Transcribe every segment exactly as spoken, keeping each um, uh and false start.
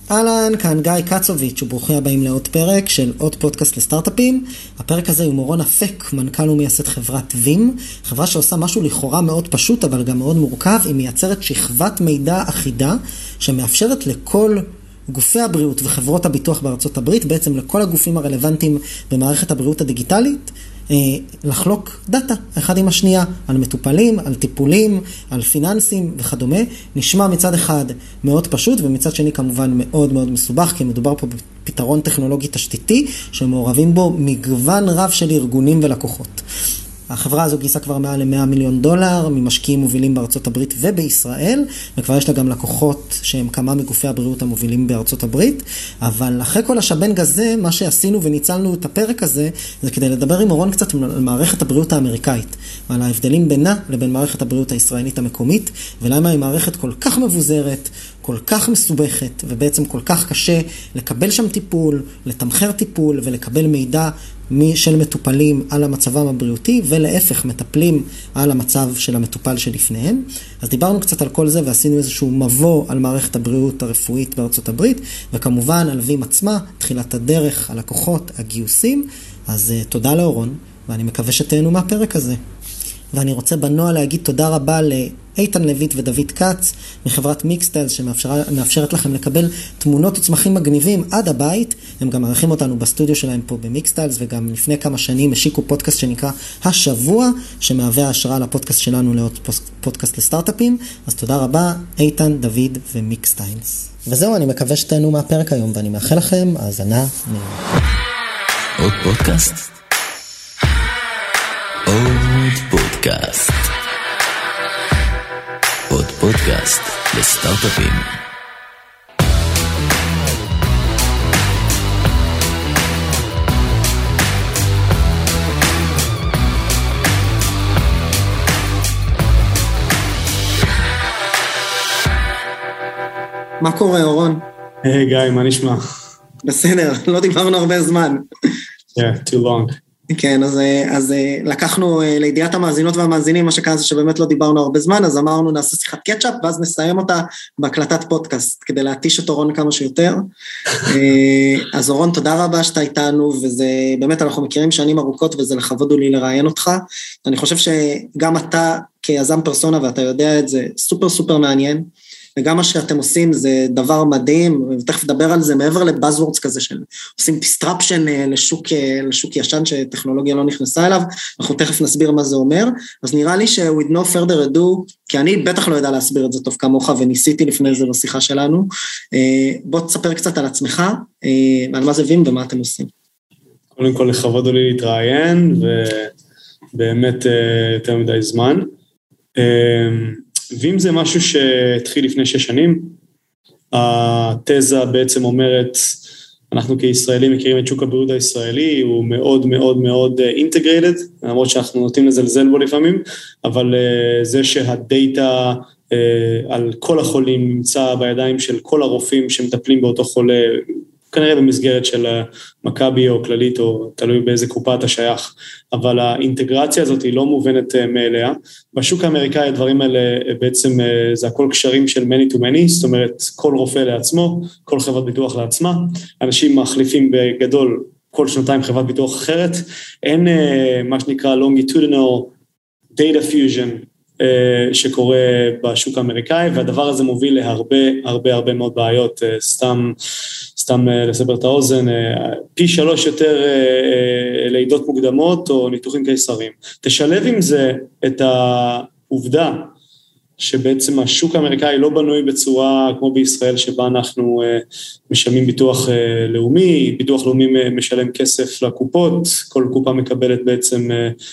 אהלן, כאן גיא קצוביץ' וברוכים הבאים לעוד פרק של עוד פודקאסט לסטארט-אפים. הפרק הזה הוא מורון אפק, מנכ"ל ומייסד חברת וים, חברה שעושה משהו לכאורה מאוד פשוט אבל גם מאוד מורכב. היא מייצרת שכבת מידע אחידה שמאפשרת לכל גופי הבריאות וחברות הביטוח בארצות הברית, בעצם לכל הגופים הרלוונטיים במערכת הבריאות הדיגיטלית, לחלוק דאטה אחד עם השנייה על מטופלים, על טיפולים, על פיננסים וכדומה. נשמע מצד אחד מאוד פשוט ומצד שני כמובן מאוד מאוד מסובך, כי מדובר פה בפתרון טכנולוגי תשתיתי שמעורבים בו מגוון רב של ארגונים ולקוחות. החברה הזו גייסה כבר מעל ל-מאה מיליון דולר ממשקיעים מובילים בארצות הברית ובישראל, וכבר יש לה גם לקוחות שהם כמה מגופי הבריאות המובילים בארצות הברית. אבל אחרי כל השבנג הזה, מה שעשינו וניצלנו את הפרק הזה, זה כדי לדבר עם אורון קצת על מערכת הבריאות האמריקאית, ועל ההבדלים בינה לבין מערכת הבריאות הישראלית המקומית, ולמה היא מערכת כל כך מבוזרת, כל כך מסובכת, ובעצם כל כך קשה לקבל שם טיפול, לתמחר טיפול ולקבל מידע של מטופלים על המצבם הבריאותי, ולהפך מטפלים על המצב של המטופל שלפניהם. אז דיברנו קצת על כל זה ועשינו איזשהו מבוא על מערכת הבריאות הרפואית בארצות הברית, וכמובן על וים עצמה, תחילת הדרך, הלקוחות, הגיוסים. אז uh, תודה לאורון, ואני מקווה שתהנו מהפרק הזה. ואני רוצה בנוע להגיד תודה רבה לאיתן לויט ודוד קץ מחברת מיקסטיילס, שמאפשרת לכם לקבל תמונות וצמחים מגניבים עד הבית. הם גם ערכים אותנו בסטודיו שלהם פה במיקסטיילס, וגם לפני כמה שנים השיקו פודקאסט שנקרא השבוע, שמהווה השראה לפודקאסט שלנו לעוד פודקאסט לסטארט-אפים. אז תודה רבה איתן, דוד ומיקסטיילס. וזהו, אני מקווה שתהנו מהפרק היום, ואני מאחל לכם האזנה נעימה. עוד פודקאסט? עוד פודקאסט. עוד פודקאסט לסטארט-אפים. מה קורה, אורון? היי גיא, מה נשמע? בסדר, לא דיברנו הרבה זמן. Yeah, too long. כן, אז, אז לקחנו לידיעת המאזינות והמאזינים, מה שקרה זה שבאמת לא דיברנו הרבה זמן, אז אמרנו נעשה שיחת קטשאפ, ואז נסיים אותה בהקלטת פודקאסט, כדי להתיש את אורון כמה שיותר. אז אורון, תודה רבה שאתה איתנו, וזה באמת אנחנו מכירים שנים ארוכות, וזה לכבוד הוא לי לראיין אותך. אני חושב שגם אתה כיזם פרסונה, ואתה יודע את זה, סופר סופר מעניין, וגם מה שאתם עושים זה דבר מדהים, ותכף נדבר על זה מעבר לבאזוורדס כזה של עושים דיסטרפשן לשוק, לשוק ישן שטכנולוגיה לא נכנסה אליו, אנחנו תכף נסביר מה זה אומר. אז נראה לי ש-with no further ado, כי אני בטח לא יודע להסביר את זה טוב כמוך, וניסיתי לפני זה בשיחה שלנו, בוא תספר קצת על עצמך, על מה זה וים ומה אתם עושים. קודם כל לכבוד לי להתראיין, ובאמת יותר מדי זמן. וים זה משהו שהתחיל לפני שש שנים, התזה בעצם אומרת, אנחנו כישראלים מכירים את שוק הבריאות הישראלי, הוא מאוד מאוד מאוד integrated, למרות שאנחנו נוטים לזלזל בו לפעמים, אבל זה שהדאטה על כל החולים נמצא בידיים של כל הרופאים שמטפלים באותו חולה, כנראה במסגרת של מכבי או כללית, או תלוי באיזה קופה אתה שייך, אבל האינטגרציה הזאת היא לא מובנת מאליה. בשוק האמריקאי הדברים האלה בעצם זה הכל קשרים של many to many, זאת אומרת כל רופא לעצמו, כל חברת ביטוח לעצמה, אנשים מחליפים בגדול כל שנתיים חברת ביטוח אחרת, אין מה שנקרא longitudinal data fusion, שקורה בשוק האמריקאי, והדבר הזה מוביל להרבה, הרבה, הרבה מאוד בעיות, סתם, סתם לסבר את האוזן, פי שלוש יותר לידות מוקדמות או ניתוחים קיסריים. תשלב עם זה את העובדה שבעצם השוק האמריקאי לא בנוי בצורה כמו בישראל, שבה אנחנו משלמים ביטוח לאומי, ביטוח לאומי משלם כסף לקופות, כל קופה מקבלת בעצם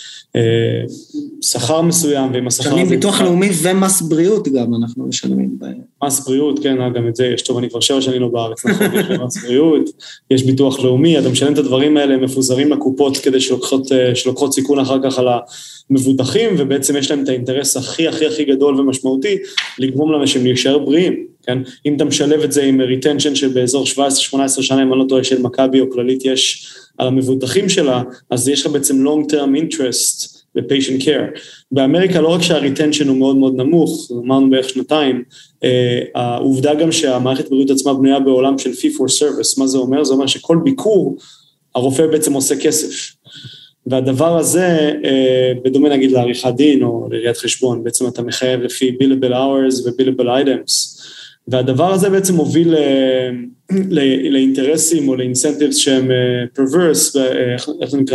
שכר מסוים, ועם השכר... משלמים ביטוח לאומי ומס בריאות גם אנחנו משלמים בהם. מס בריאות, כן, גם את זה יש טוב, אני כבר שבע שנים לא בארץ, נכון, יש מס בריאות, יש ביטוח לאומי, אתה משלם את הדברים האלה, הם מפוזרים לקופות כדי שלוקחות, שלוקחות סיכון אחר כך על המבוטחים, ובעצם יש להם את האינטרס הכי הכי הכי גדול ומשמעותי, לגרום לאנשים להישאר בריאים, כן? אם אתה משלב את זה עם ריטנשן של באזור שבע עשרה שמונה עשרה שנה, אם אני לא טועה של מכבי או כללית יש על המבוטחים שלה, אז יש לך בעצם long term interest ב-patient care, באמריקה לא רק שהריטנשן הוא מאוד מאוד נמוך, אמרנו בערך שנתיים, העובדה גם שהמערכת בריאות עצמה בנויה בעולם של fee for service, מה זה אומר? זה אומר שכל ביקור, הרופא בעצם עושה כסף. והדבר הזה, בדומה נגיד לעריכת דין או לראיית חשבון, בעצם אתה מחייב לפי billable hours ו-billable items, והדבר הזה בעצם מוביל לאינטרסים או לאינסנטיבס שהם פרוורס, איך זה נקרא,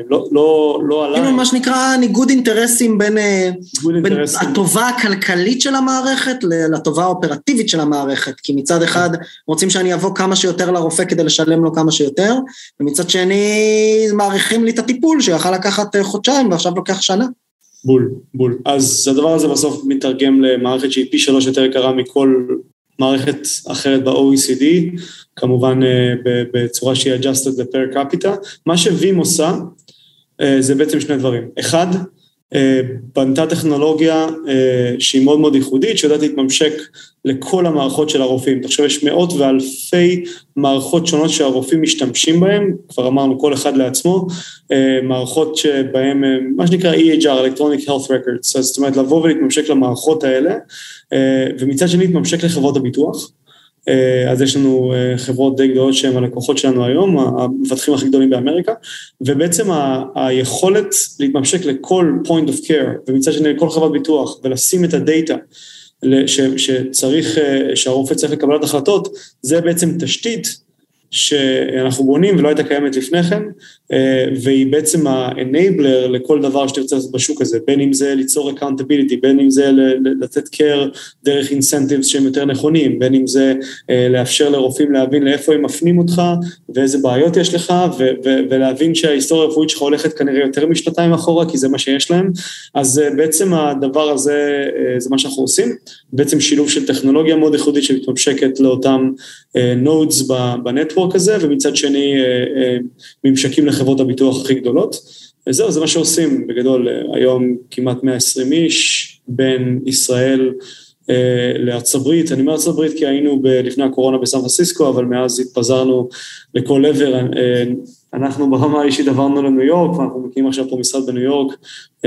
לא עליי. כאילו מה שנקרא ניגוד אינטרסים בין הטובה הכלכלית של המערכת לטובה האופרטיבית של המערכת, כי מצד אחד רוצים שאני אבוא כמה שיותר לרופא כדי לשלם לו כמה שיותר, ומצד שני מעריכים לי את הטיפול שיכול לקחת חודשיים ועכשיו לוקח שנה. בול, בול. אז הדבר הזה בסוף מתרגם למערכת שהיא פי שלוש יותר יקרה מכל מערכת אחרת ב-או אי סי די, כמובן בצורה שהיא adjusted ל-per capita. מה ש-וים עושה, זה בעצם שני דברים. אחד, בנתה טכנולוגיה שהיא מאוד מאוד ייחודית, שיודעת להתממשק לכל המערכות של הרופאים. תחשוב, יש מאות ואלפי מערכות שונות שהרופאים משתמשים בהן, כבר אמרנו כל אחד לעצמו, מערכות שבהן, מה שנקרא אי אייץ' אר, Electronic Health Records, אז זאת אומרת, לבוא ולהתממשק למערכות האלה, ומצד שני להתממשק לחברות הביטוח. אז יש לנו חברות די גדולות שהן הלקוחות שלנו היום, המפתחים הכי גדולים באמריקה, ובעצם ה- היכולת להתממשק לכל point of care, ומצד שני לכל חברת ביטוח, ולשים את הדאטה ש- שצריך, שהרופא צריך לקבלת החלטות, זה בעצם תשתית שאנחנו בונים ולא הייתה קיימת לפני כן, והיא בעצם ה-enabler לכל דבר שתרצה לעשות בשוק הזה, בין אם זה ליצור accountability, בין אם זה לתת care דרך incentives שהם יותר נכונים, בין אם זה לאפשר לרופאים להבין לאיפה הם מפנים אותך, ואיזה בעיות יש לך, ו- ו- ולהבין שההיסטוריה הרפואית שלך הולכת כנראה יותר משנתיים אחורה, כי זה מה שיש להם, אז בעצם הדבר הזה, זה מה שאנחנו עושים, בעצם שילוב של טכנולוגיה מאוד ייחודית שמתממשקת לאותם nodes בנטוורק הזה, ומצד שני ממשקים לחברות הביטוח הכי גדולות, וזהו, זה מה שעושים בגדול, היום כמעט מאה ועשרים איש בין ישראל לארצות הברית, אני אומר ארצות הברית כי היינו לפני הקורונה בסן פרנסיסקו, אבל מאז התפזרנו לכל עבר, אנחנו ברמה האישית עברנו לניו יורק, ואנחנו מקימים עכשיו פה משרד בניו יורק,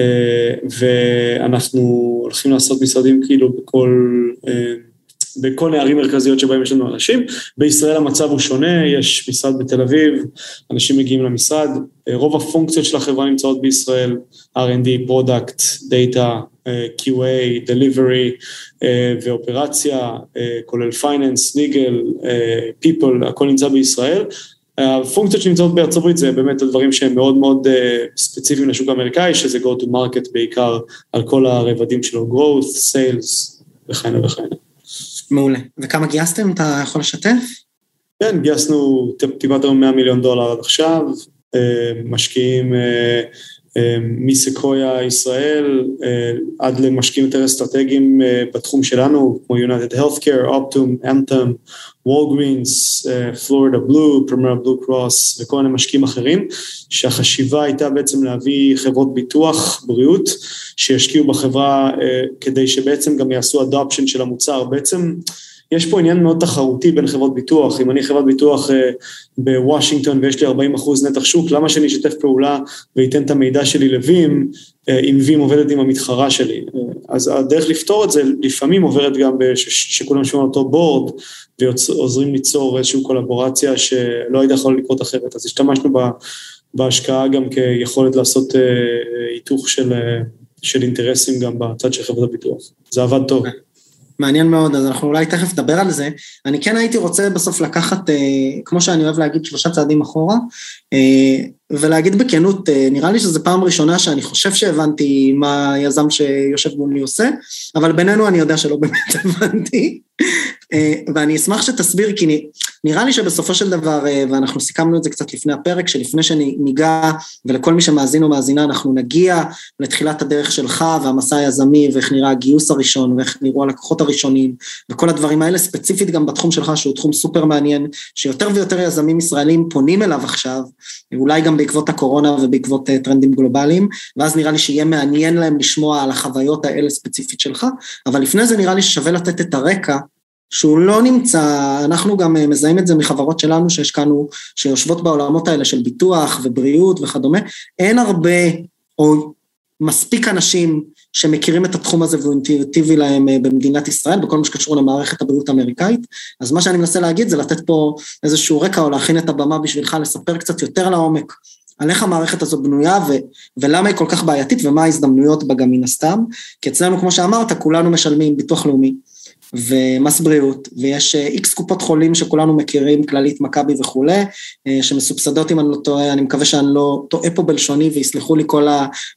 ואנחנו הולכים לעשות משרדים כאילו בכל... בכל נערים מרכזיות שבהם יש לנו אנשים, בישראל המצב הוא שונה, יש משרד בתל אביב, אנשים מגיעים למשרד, רוב הפונקציות של החברה נמצאות בישראל, אר אנד די, Product, Data, קיו איי, Delivery ואופרציה, כולל Finance, Legal, People, הכל נמצא בישראל, הפונקציות שנמצאות בארצות הברית זה באמת הדברים שהם מאוד מאוד ספציפיים לשוק האמריקאי, שזה go to market בעיקר על כל הרבדים שלו, growth, sales וכהנה וכהנה. מעולה. וכמה גייסתם? אתה יכול לשתף? כן, גייסנו טיפת היום מאה מיליון דולר עד עכשיו, משקיעים מסקויה ישראל, עד למשקיעים יותר אסטרטגיים בתחום שלנו, כמו United Healthcare, Optum, Anthem, Walgreens, Florida Blue, Premier Blue Cross, וכל מיני משקיעים אחרים, שהחשיבה הייתה בעצם להביא חברות ביטוח, בריאות, שישקיעו בחברה כדי שבעצם גם יעשו adoption של המוצר. בעצם יש פה עניין מאוד תחרותי בין חברות ביטוח, אם אני חברת ביטוח בוושינגטון ויש לי ארבעים אחוז נתח שוק, למה שאני אשתף פעולה ויתן את המידע שלי לווים, אם וים עובדת עם המתחרה שלי. אז הדרך לפתור את זה לפעמים עוברת גם שכולם שומעים אותו בורד, ועוזרים ליצור איזושהי קולבורציה שלא הייתה יכולה לקרות אחרת. אז השתמשנו בהשקעה גם כיכולת לעשות היתוך של, של אינטרסים גם בצד של חברת הביטוח. זה עבד טוב. מעניין מאוד, אז אנחנו אולי תכף נדבר על זה. אני כן הייתי רוצה בסוף לקחת, כמו שאני אוהב להגיד, שלושה צעדים אחורה, ולהגיד בכנות, נראה לי שזו פעם ראשונה שאני חושב שהבנתי מה היזם שיושב מולי עושה, אבל בינינו אני יודע שלא באמת הבנתי, ואני אשמח שתסביר, כי נראה לי שבסופו של דבר, ואנחנו סיכמנו את זה קצת לפני הפרק, שלפני שניגע, ולכל מי שמאזין או מאזינה, אנחנו נגיע לתחילת הדרך שלך, והמסע היזמי, ואיך נראה הגיוס הראשון, ואיך נראו הלקוחות הראשונים, וכל הדברים האלה, ספציפית גם בתחום שלך, שהוא תחום סופר מעניין, שיותר ויותר יזמים ישראלים פונים אליו עכשיו, אולי גם בעקבות הקורונה ובעקבות טרנדים גלובליים, ואז נראה לי שיהיה מעניין להם לשמוע על החוויות האלה ספציפית שלך, אבל לפני זה נראה לי ששווה לתת את הרקע, שהוא לא נמצא, אנחנו גם מזהים את זה מחברות שלנו שהשקענו, שיושבות בעולמות האלה של ביטוח ובריאות וכדומה, אין הרבה, או מספיק אנשים שמכירים את התחום הזה והוא אינטואיטיבי להם במדינת ישראל, בכל מה שקשור למערכת הבריאות האמריקאית, אז מה שאני מנסה להגיד זה לתת פה איזשהו רקע או להכין את הבמה בשבילך לספר קצת יותר לעומק, על איך המערכת הזו בנויה ו- ולמה היא כל כך בעייתית ומה ההזדמנויות בה גם מן הסתם, כי אצלנו כמו שאמרת כולנו משלמים ביטוח לאומי, ומס בריאות, ויש איקס קופות חולים שכולנו מכירים, כללית, מכבי וכו', שמסובסדות אם אני לא טועה, אני מקווה שאני לא טועה פה בלשוני, ויסלחו לי כל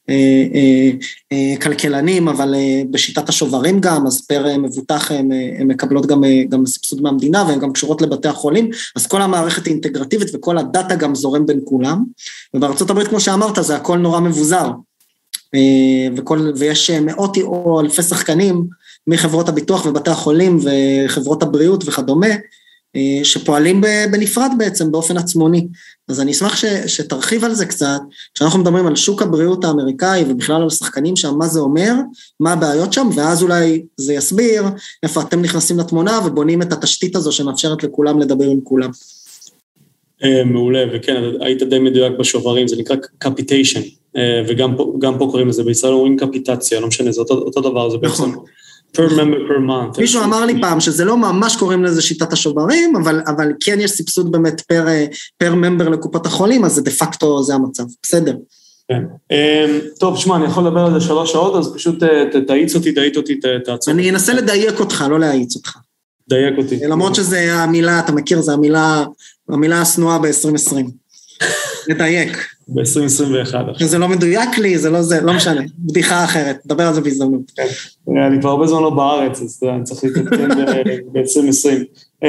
הכלכלנים, אבל בשיטת השוברים גם, אז פר מבוטח הן מקבלות גם, גם סבסוד מהמדינה, והן גם קשורות לבתי החולים, אז כל המערכת היא אינטגרטיבית, וכל הדאטה גם זורם בין כולם, ובארצות הברית כמו שאמרת, זה הכל נורא מבוזר, וכל, ויש מאות או אלפי שחקנים, מחברות הביטוח ובתי החולים וחברות הבריאות וכדומה, שפועלים בנפרד בעצם באופן עצמוני. אז אני אשמח ש, שתרחיב על זה קצת, כשאנחנו מדברים על שוק הבריאות האמריקאי ובכלל על שחקנים שם, מה זה אומר, מה הבעיות שם, ואז אולי זה יסביר איפה אתם נכנסים לתמונה ובונים את התשתית הזו שמאפשרת לכולם לדבר עם כולם. מעולה, וכן, היית די מדויק בשוברים, זה נקרא קפיטיישן, וגם פה, גם פה קוראים לזה, בישראל אומרים קפיטציה, לא משנה, זה אותו, אותו דבר, זה בעצם per member per month. מישהו אמר לי פעם שזה לא ממש קוראים לזה שיטת השוברים, אבל, אבל כן יש סבסוד באמת פר, פר member לקופת החולים, אז זה דה פקטו, זה המצב, בסדר. כן. טוב, שמע, אני יכול לדבר על זה שלוש שעות, אז פשוט תאיץ אותי, תאיץ אותי, תעצור. אני אנסה לדייק אותך, לא להאיץ אותך. דייק אותי. למרות שזה המילה, אתה מכיר, זה המילה, המילה הסנועה ב-עשרים עשרים. לדייק. ב-עשרים עשרים ואחת. זה לא מדויק לי, זה לא זה, לא משנה. בדיחה אחרת, דבר על זה בהזדמנות. אני כבר הרבה זמן לא בארץ, אז אני צריך להתעדכן ב-עשרים עשרים.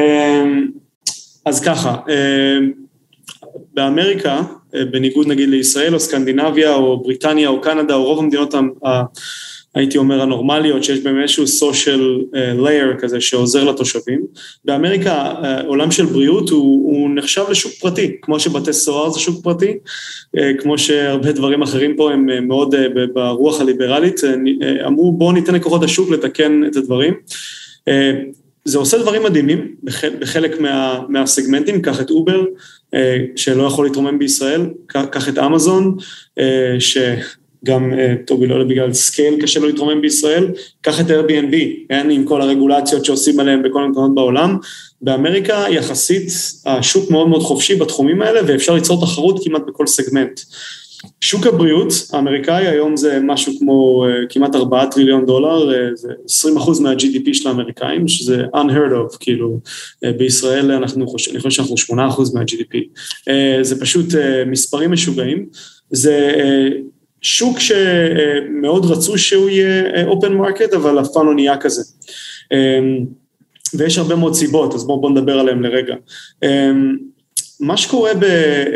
אז ככה, באמריקה, בניגוד נגיד לישראל או סקנדינביה או בריטניה או קנדה או רוב המדינות הייתי אומר הנורמליות, שיש בהם איזשהו social layer כזה שעוזר לתושבים. באמריקה, עולם של בריאות הוא, הוא נחשב לשוק פרטי, כמו שבתי סוהר זה שוק פרטי, כמו שהרבה דברים אחרים פה הם מאוד ברוח הליברלית, אמרו בואו ניתן לכוחות השוק לתקן את הדברים. זה עושה דברים מדהימים בחלק מה, מהסגמנטים, קח את אובר, שלא יכול להתרומם בישראל, קח את אמזון, ש... גם, טוב, לא בגלל סקייל קשה לו להתרומם בישראל, קח את Airbnb, כן, עם כל הרגולציות שעושים עליהם בכל המקומות בעולם, באמריקה יחסית השוק מאוד מאוד חופשי בתחומים האלה, ואפשר ליצור תחרות כמעט בכל סגמנט. שוק הבריאות האמריקאי היום זה משהו כמו כמעט ארבעה טריליון דולר, זה עשרים אחוז מה-ג'י די פי של האמריקאים, שזה unheard of, כאילו בישראל אנחנו חושבים, אני חושב שאנחנו שמונה אחוז מה-ג'י די פי, זה פשוט מספרים משוגעים, זה שוק שמאוד רצו שהוא יהיה open market, אבל אף פעם לא נהיה כזה. ויש הרבה מאוד סיבות, אז בואו בוא נדבר עליהם לרגע. מה שקורה ב...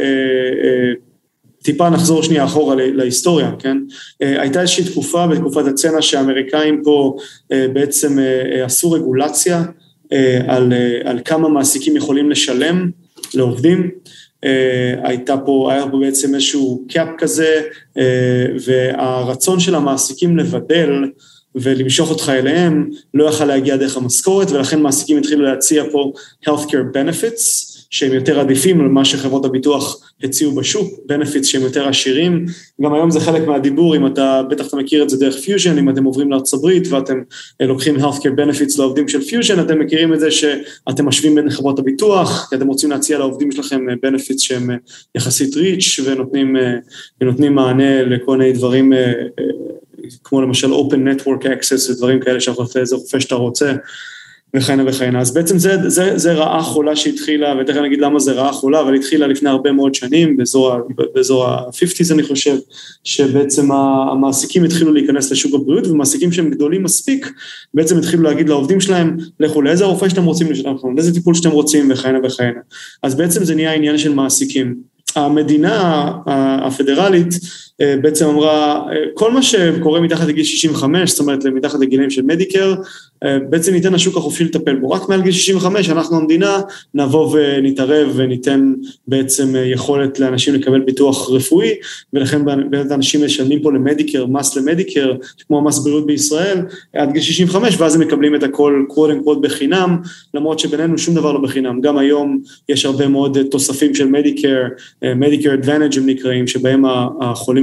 טיפה נחזור שנייה אחורה להיסטוריה, כן? הייתה איזושהי תקופה, בתקופת הצנע שהאמריקאים פה בעצם עשו רגולציה על, על כמה מעסיקים יכולים לשלם לעובדים, הייתה פה, היה פה בעצם איזשהו קאפ כזה, והרצון של המעסיקים לבדל ולמשוך אותך אליהם, לא יכל להגיע דרך המשכורת, ולכן מעסיקים התחילו להציע פה healthcare benefits, שהם יותר עדיפים על מה שחברות הביטוח הציעו בשוק, benefits שהם יותר עשירים, גם היום זה חלק מהדיבור, אם אתה, בטח אתה מכיר את זה דרך פיוז'ן, אם אתם עוברים לארצות הברית ואתם לוקחים healthcare benefits לעובדים של פיוז'ן, אתם מכירים את זה שאתם משווים בין חברות הביטוח, כי אתם רוצים להציע לעובדים שלכם benefits שהם יחסית ריץ' ונותנים, ונותנים מענה לכל מיני דברים, כמו למשל open network access ודברים כאלה שאנחנו נפלא איזה רופא שאתה רוצה, וכהנה וכהנה. אז בעצם זה, זה, זה רעה חולה שהתחילה, ותכף נגיד למה זה רעה חולה, אבל התחילה לפני הרבה מאוד שנים, באזור, באזור ה-חמישים אני חושב, שבעצם המעסיקים התחילו להיכנס לשוק הבריאות, ומעסיקים שהם גדולים מספיק, בעצם התחילו להגיד לעובדים שלהם, לכו לאיזה רופא שאתם רוצים לשלם, לאיזה טיפול שאתם רוצים, וכהנה וכהנה. אז בעצם זה נהיה עניין של מעסיקים. המדינה הפדרלית בעצם אמרה, כל מה שקורה מתחת לגיל שישים וחמש, זאת אומרת, מתחת לגילאים של מדיקר, בעצם ניתן לשוק החופשי לטפל בו. רק מעל גיל שישים וחמש, אנחנו המדינה, נבוא ונתערב וניתן בעצם יכולת לאנשים לקבל ביטוח רפואי, ולכן באמת אנשים משלמים פה למדיקר, מס למדיקר, כמו מס בריאות בישראל, עד גיל שישים וחמש, ואז הם מקבלים את הכל קווד אנד קווד בחינם, למרות שבינינו שום דבר לא בחינם. גם היום יש הרבה מאוד תוספים של מדיקר, מדיקר אדוונטג' הם נקראים, שבהם החולים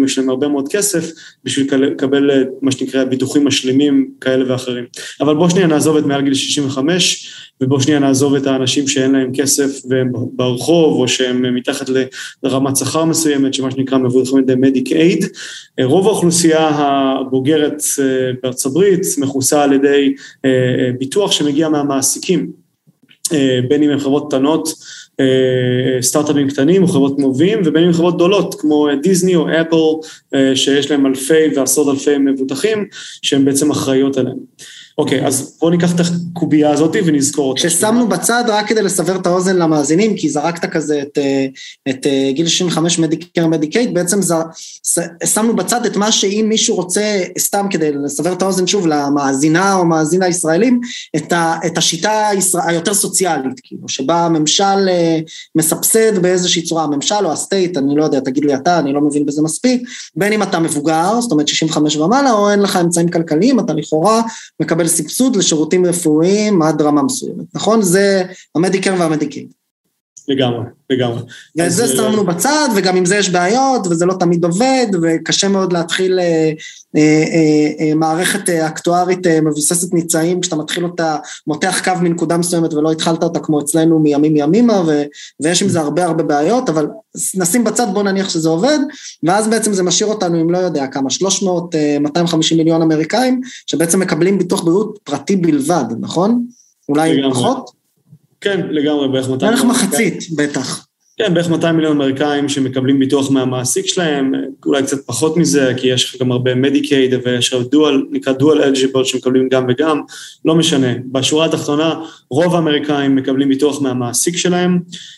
רופאים יש להם הרבה מאוד כסף, בשביל לקבל מה שנקרא ביטוחים משלימים כאלה ואחרים. אבל בוא שנייה נעזוב את מעל גיל שישים וחמש, ובוא שנייה נעזוב את האנשים שאין להם כסף והם ברחוב, או שהם מתחת לרמת שכר מסוימת, שמה שנקרא מבוטחים על ידי מדיקייד. רוב האוכלוסייה הבוגרת בארצות הברית מכוסה על ידי ביטוח שמגיע מהמעסיקים, בין אם הם חברות קטנות, סטארט-אפים קטנים או חברות מובילים, ובין אם חברות גדולות כמו דיזני או אפל, שיש להם אלפי ועשרות אלפי מבוטחים, שהם בעצם אחראיות עליהם. אוקיי, אז בואו ניקח את הקובייה הזאת ונזכור אותה. ששמנו בצד רק כדי לסבר את האוזן למאזינים, כי זרקת כזה את, את גיל שישים וחמש מדיקר מדיקייט, בעצם שמנו בצד את מה שאם מישהו רוצה, סתם כדי לסבר את האוזן שוב למאזינה או מאזינה הישראלים, את, ה, את השיטה היותר סוציאלית, כאילו, שבה הממשל מסבסד באיזושהי צורה, הממשל או הסטייט, אני לא יודע, תגיד לי אתה, אני לא מבין בזה מספיק, בין אם אתה מבוגר, זאת אומרת שישים וחמש ומעלה, או אין לך אמצעים כלכליים, אתה לכאורה מקבל סבסוד לשירותים רפואיים עד רמה מסוימת, נכון? זה המדיקר והמדיקייד. לגמרי, לגמרי. ואת זה שמנו בצד, וגם עם זה יש בעיות, וזה לא תמיד עובד, וקשה מאוד להתחיל אה, אה, אה, מערכת אקטוארית אה, מבוססת ניצאים, כשאתה מתחיל אותה, מותח קו מנקודה מסוימת, ולא התחלת אותה כמו אצלנו מימים ימימה, ו, ויש עם זה הרבה הרבה בעיות, אבל נשים בצד, בוא נניח שזה עובד, ואז בעצם זה משאיר אותנו, אם לא יודע כמה, שלוש מאות, מאתיים וחמישים מיליון אמריקאים, שבעצם מקבלים ביטוח בריאות פרטי בלבד, נכון? אולי פחות? כן, לגמרי, בערך מאתיים. בערך מחצית, בטח. כן, בערך מאתיים מיליון אמריקאים שמקבלים ביטוח מהמעסיק שלהם, אולי קצת פחות מזה, כי יש גם הרבה מדיקייד, ויש דואל, נקרא דואל אלג'יבל, שמקבלים גם וגם, לא משנה. בשורה התחתונה, רוב האמריקאים מקבלים ביטוח מהמעסיק שלהם,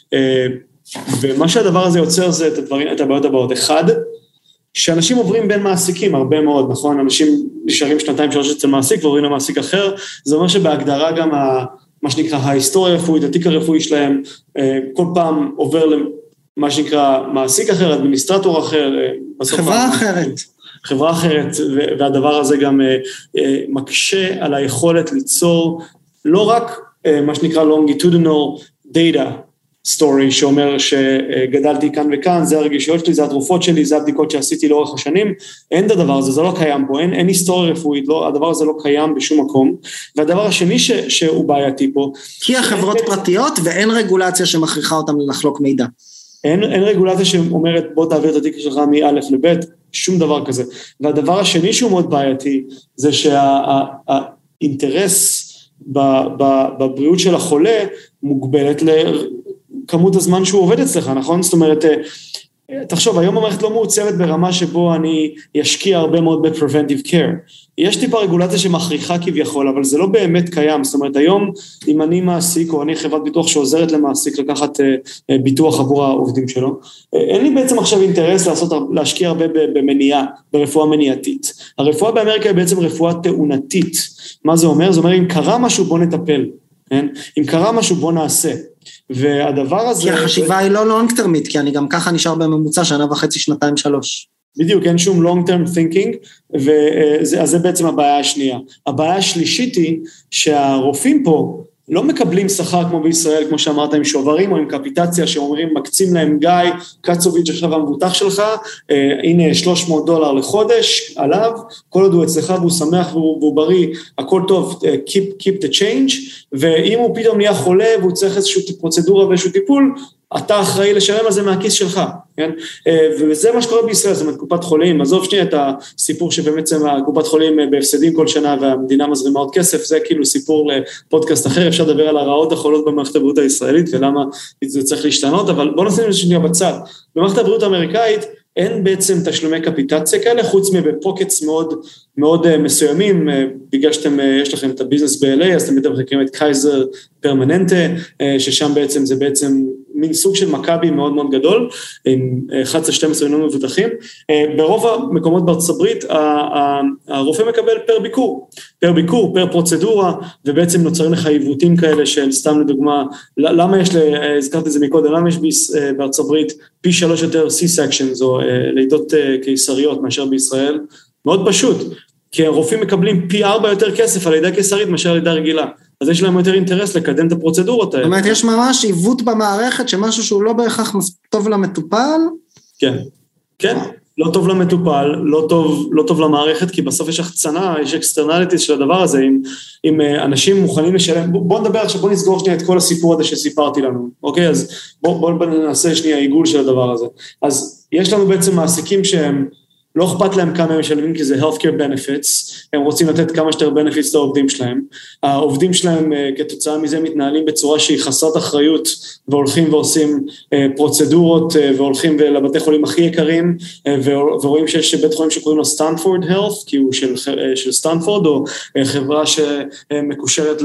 ומה שהדבר הזה יוצר זה את הדברים, את הבעיות הבאות. אחד, שאנשים עוברים בין מעסיקים הרבה מאוד, נכון? אנשים נשארים שנתיים שלוש אצל מעסיק, ועוברים למעסיק אחר, זה אומר שבהגדרה גם ה... מה שנקרא ההיסטוריה הרפואית, התיק הרפואי שלהם, כל פעם עובר למה שנקרא מעסיק אחר, אדמיניסטרטור אחר. חברה אחרת. חברה אחרת, והדבר הזה גם מקשה על היכולת ליצור לא רק מה שנקרא longitudinal data story, שאומר שגדלתי כאן וכאן, זה הרגישויות שלי, זה התרופות שלי, זה הבדיקות שעשיתי לאורך השנים, אין את הדבר הזה, זה לא קיים פה, אין, אין היסטוריה רפואית, לא, הדבר הזה לא קיים בשום מקום, והדבר השני ש, שהוא בעייתי פה, כי החברות פרטיות ואין רגולציה שמכריחה אותם לחלוק מידע. אין, אין רגולציה שאומרת, בוא תעביר את התיק שלך מא' לב', שום דבר כזה. והדבר השני שהוא מאוד בעייתי, זה שהאינטרס בבריאות של החולה מוגבלת ל... כמות הזמן שהוא עובד אצלך, נכון? זאת אומרת, תחשוב, היום המערכת לא מעוצבת ברמה שבו אני אשקיע הרבה מאוד ב-preventive care. יש טיפה רגולציה שמכריחה כביכול, אבל זה לא באמת קיים. זאת אומרת, היום, אם אני מעסיק, או אני חברת ביטוח שעוזרת למעסיק לקחת ביטוח עבור העובדים שלו, אין לי בעצם עכשיו אינטרס לעשות, להשקיע הרבה במניעה, ברפואה מניעתית. הרפואה באמריקה היא בעצם רפואה תאונתית. מה זה אומר? זה אומר, אם קרה משהו, בוא נטפל. כן? אם קרה משהו, בוא נעשה. והדבר הזה... כי החשיבה היא לא לונג טרמית, כי אני גם ככה נשאר בממוצע שנה וחצי, שנתיים, שלוש. בדיוק, אין שום long term thinking, ואז זה בעצם הבעיה השנייה. הבעיה השלישית היא שהרופאים פה לא מקבלים שכר כמו בישראל, כמו שאמרת, עם שוברים או עם קפיטציה, שאומרים, מקצים להם גיא, קצוביץ' עכשיו המבוטח שלך, אה, הנה שלוש מאות דולר לחודש עליו, כל עוד הוא אצלך והוא שמח והוא, והוא בריא, הכל טוב, uh, keep, keep the change, ואם הוא פתאום נהיה חולה והוא צריך איזושהי פרוצדורה ואיזשהו טיפול, אתה אחראי לשלם על זה מהכיס שלך, כן? וזה מה שקורה בישראל, זאת אומרת, קופת חולים, עזוב שנייה את הסיפור שבאמת קופת חולים בהפסדים כל שנה, והמדינה מזרימה עוד כסף, זה כאילו סיפור לפודקאסט אחר, אפשר לדבר על הרעות החולות במערכת הבריאות הישראלית, ולמה זה צריך להשתנות, אבל בואו נשים את זה שנייה בצד. במערכת הבריאות האמריקאית, אין בעצם תשלומי קפיטציה כאלה, חוץ מבפוקטס מאוד, מאוד מסוימים, בגלל שאתם, יש לכם את הביזנס ב-אל איי, אז אתם בטח מכירים את קייזר פרמננטה, ששם בעצם, זה בעצם מין סוג של מכבי מאוד מאוד גדול, עם אחת עשרה שתים עשרה מיליון מבוטחים. ברוב המקומות בארצות הברית, הרופא מקבל פר ביקור, פר ביקור, פר פרוצדורה, ובעצם נוצרים לך עיוותים כאלה של, סתם לדוגמה, למה יש, הזכרתי את זה מקודם, למה יש בארצות הברית פי שלוש יותר C-sections, או לידות קיסריות מאשר בישראל? מאוד פשוט, כי הרופאים מקבלים פי ארבע יותר כסף על לידה קיסרית מאשר לידה רגילה. אז יש להם יותר אינטרס לקדם את הפרוצדורות האלה. זאת אומרת, יש ממש עיוות במערכת, שמשהו שהוא לא בהכרח טוב למטופל? כן, כן, לא טוב למטופל, לא טוב, לא טוב למערכת, כי בסוף יש החצנה, יש אקסטרנליטיז של הדבר הזה, אם, אם אנשים מוכנים לשלם, בוא נדבר עכשיו, בוא נסגור שנייה את כל הסיפור הזה שסיפרתי לנו, אוקיי? אז בוא, בוא נעשה שנייה עיגול של הדבר הזה. אז יש לנו בעצם מעסיקים שהם, לא אכפת להם כמה הם משלמים, כי זה healthcare benefits, הם רוצים לתת כמה שיותר benefits לעובדים שלהם, העובדים שלהם כתוצאה מזה מתנהלים בצורה שהיא חסרת אחריות, והולכים ועושים פרוצדורות, והולכים לבתי חולים הכי יקרים, ורואים שיש בית חולים שקוראים לו סטנפורד Health, כי הוא של, של סטנפורד, או חברה שמקושרת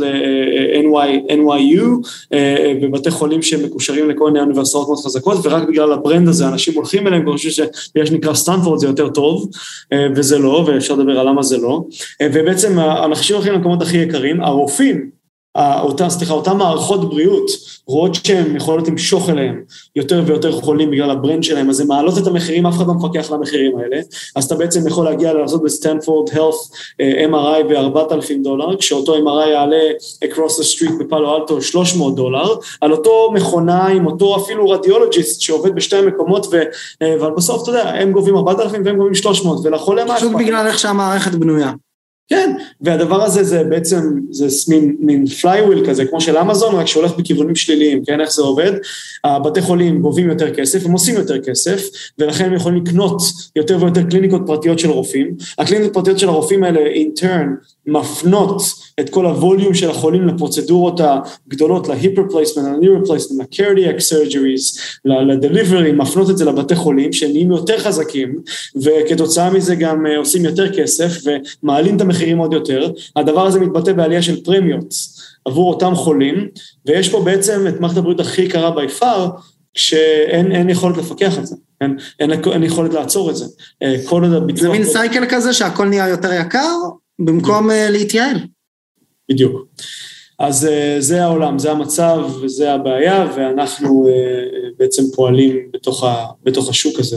ל-אן וואי יו, בבתי חולים שמקושרים לכל מיני אוניברסיטאות מאוד חזקות, ורק בגלל הברנד הזה, אנשים הולכים אליהם, וחושבים שיש נקרא סטנפורד, זה יותר טוב, טוב, וזה לא, ואפשר לדבר על למה זה לא, ובעצם האנשים הולכים למקומות הכי יקרים, הרופאים, אותה, סליחה, אותה מערכות בריאות, רואות שהם יכולות למשוך אליהם יותר ויותר חולים בגלל הברנד שלהם, אז הם מעלות את המחירים, אף אחד לא מפקח למחירים האלה, אז אתה בעצם יכול להגיע לעשות בסטנפורד Health אם אר איי ב-ארבעת אלפים דולר, כשאותו אם אר איי יעלה across the street בפאלו אלטו שלוש מאות דולר, על אותו מכונה עם אותו אפילו רדיולוגיסט שעובד בשתי מקומות, אבל בסוף אתה יודע, הם גובים ארבעת אלפים והם גובים שלוש מאות, ולחולה מה? פשוט בגלל איך שהמערכת בנויה. כן, והדבר הזה זה בעצם, זה מין, מין flywheel כזה, כמו של אמזון, רק שהולך בכיוונים שליליים, כן, איך זה עובד? הבתי חולים גובים יותר כסף, הם עושים יותר כסף, ולכן הם יכולים לקנות יותר ויותר קליניקות פרטיות של רופאים. הקליניקות פרטיות של הרופאים האלה, in turn, מפנות את כל הווליום של החולים לפרוצדורות הגדולות, ל-hip replacement, ל-knee replacement, ל-cardiac surgeries, ל-delivery, מפנות את זה לבתי חולים, שהם נהיים יותר חזקים, וכתוצאה מזה גם עושים יותר כסף, ומעלים את המחירים עוד יותר. הדבר הזה מתבטא בעלייה של פרמיות עבור אותם חולים, ויש פה בעצם את מערכת הבריאות הכי יקרה ביפר, כשאין אין יכולת לפקח על זה, אין, אין, אין יכולת לעצור את זה. כל זה מין סייקל כזה שהכל נהיה יותר יקר, במקום להתייעל. בדיוק. אז זה העולם, זה המצב וזה הבעיה, ואנחנו בעצם פועלים בתוך, ה, בתוך השוק הזה.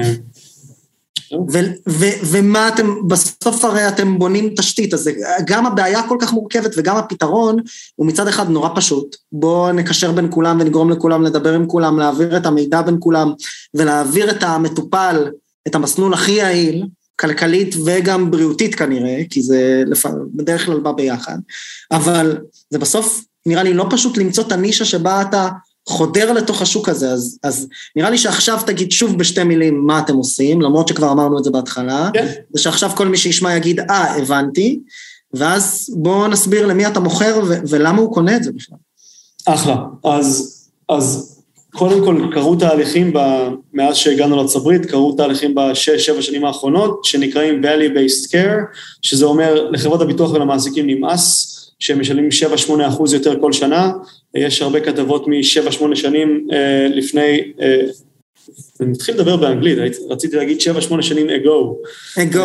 ו- ו- ומה אתם, בסוף הרי אתם בונים תשתית, אז גם הבעיה כל כך מורכבת וגם הפתרון הוא מצד אחד נורא פשוט, בואו נקשר בין כולם ונגרום לכולם לדבר עם כולם, להעביר את המידע בין כולם, ולהעביר את המטופל, את המסלול הכי יעיל, כלכלית וגם בריאותית כנראה, כי זה בדרך כלל בא ביחד, אבל זה בסוף נראה לי לא פשוט למצוא את הנישה שבה אתה חודר לתוך השוק הזה, אז, אז נראה לי שעכשיו תגיד שוב בשתי מילים מה אתם עושים, למרות שכבר אמרנו את זה בהתחלה, כן. ושעכשיו כל מי שישמע יגיד, אה, הבנתי, ואז בואו נסביר למי אתה מוכר ו- ולמה הוא קונה את זה בכלל. אחלה, אז, אז קודם כל קרו תהליכים, מאז שהגענו לארצות הברית, קרו תהליכים בשש, שבע שנים האחרונות, שנקראים value-based care, שזה אומר לחברות הביטוח ולמעסיקים נמאס, שהם משלמים שבע שמונה אחוז יותר כל שנה, יש הרבה כתבות מ-שבע שמונה שנים אה, לפני, אה, אני מתחיל לדבר באנגלית, רציתי להגיד שבע שמונה שנים ago. ago.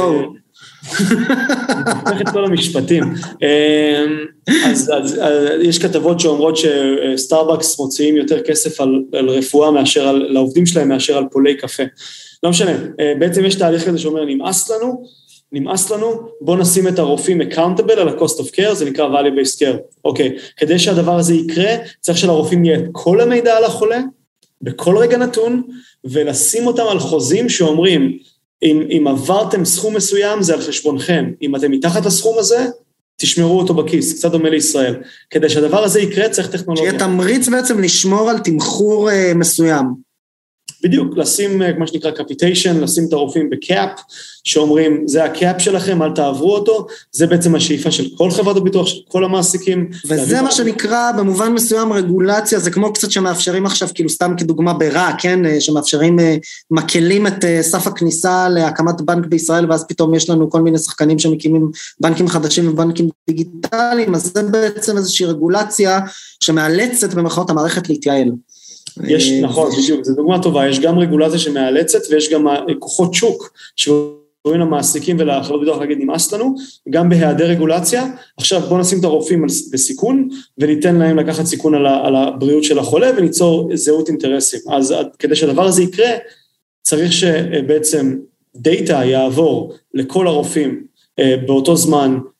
אני מתחיל את כל המשפטים. אז, אז, אז יש כתבות שאומרות שסטארבקס מוציאים יותר כסף על, על רפואה מאשר על, לעובדים שלהם מאשר על פולי קפה. לא משנה, בעצם יש תהליך כזה שאומר, נמאס לנו, נמאס לנו, בוא נשים את הרופאים accountable על ה-cost of care, זה נקרא value-based care. אוקיי, כדי שהדבר הזה יקרה, צריך שלרופאים יהיה את כל המידע על החולה, בכל רגע נתון, ולשים אותם על חוזים שאומרים, אם, אם עברתם סכום מסוים, זה על חשבונכם. אם אתם מתחת לסכום הזה, תשמרו אותו בכיס, קצת דומה לישראל. כדי שהדבר הזה יקרה, צריך טכנולוגיה. שיהיה תמריץ בעצם לשמור על תמחור uh, מסוים. בדיוק, לשים, כמו שנקרא קפיטיישן, לשים את הרופאים בקאפ, שאומרים, זה הקאפ שלכם, אל תעברו אותו, זה בעצם השאיפה של כל חברת הביטוח, של כל המעסיקים. וזה מה שנקרא, במובן מסוים רגולציה, זה כמו קצת שמאפשרים עכשיו, כאילו סתם כדוגמה ברע, כן, שמאפשרים, מקלים את סף הכניסה להקמת בנק בישראל, ואז פתאום יש לנו כל מיני שחקנים שמקימים בנקים חדשים ובנקים דיגיטליים, אז זה בעצם איזושהי רגולציה, שמאלצת במרכאות המערכת להתייעל. יש, נכון, בדיוק, זו דוגמה טובה, יש גם רגולציה שמאלצת, ויש גם כוחות שוק, שקוראים למעסיקים ולחברות ביטוח להגיד, נמאס לנו, גם בהיעדר רגולציה, עכשיו בואו נשים את הרופאים בסיכון, וניתן להם לקחת סיכון על, על הבריאות של החולה, וניצור זהות אינטרסים. אז כדי שהדבר הזה יקרה, צריך שבעצם דאטה יעבור לכל הרופאים, באותו זמן,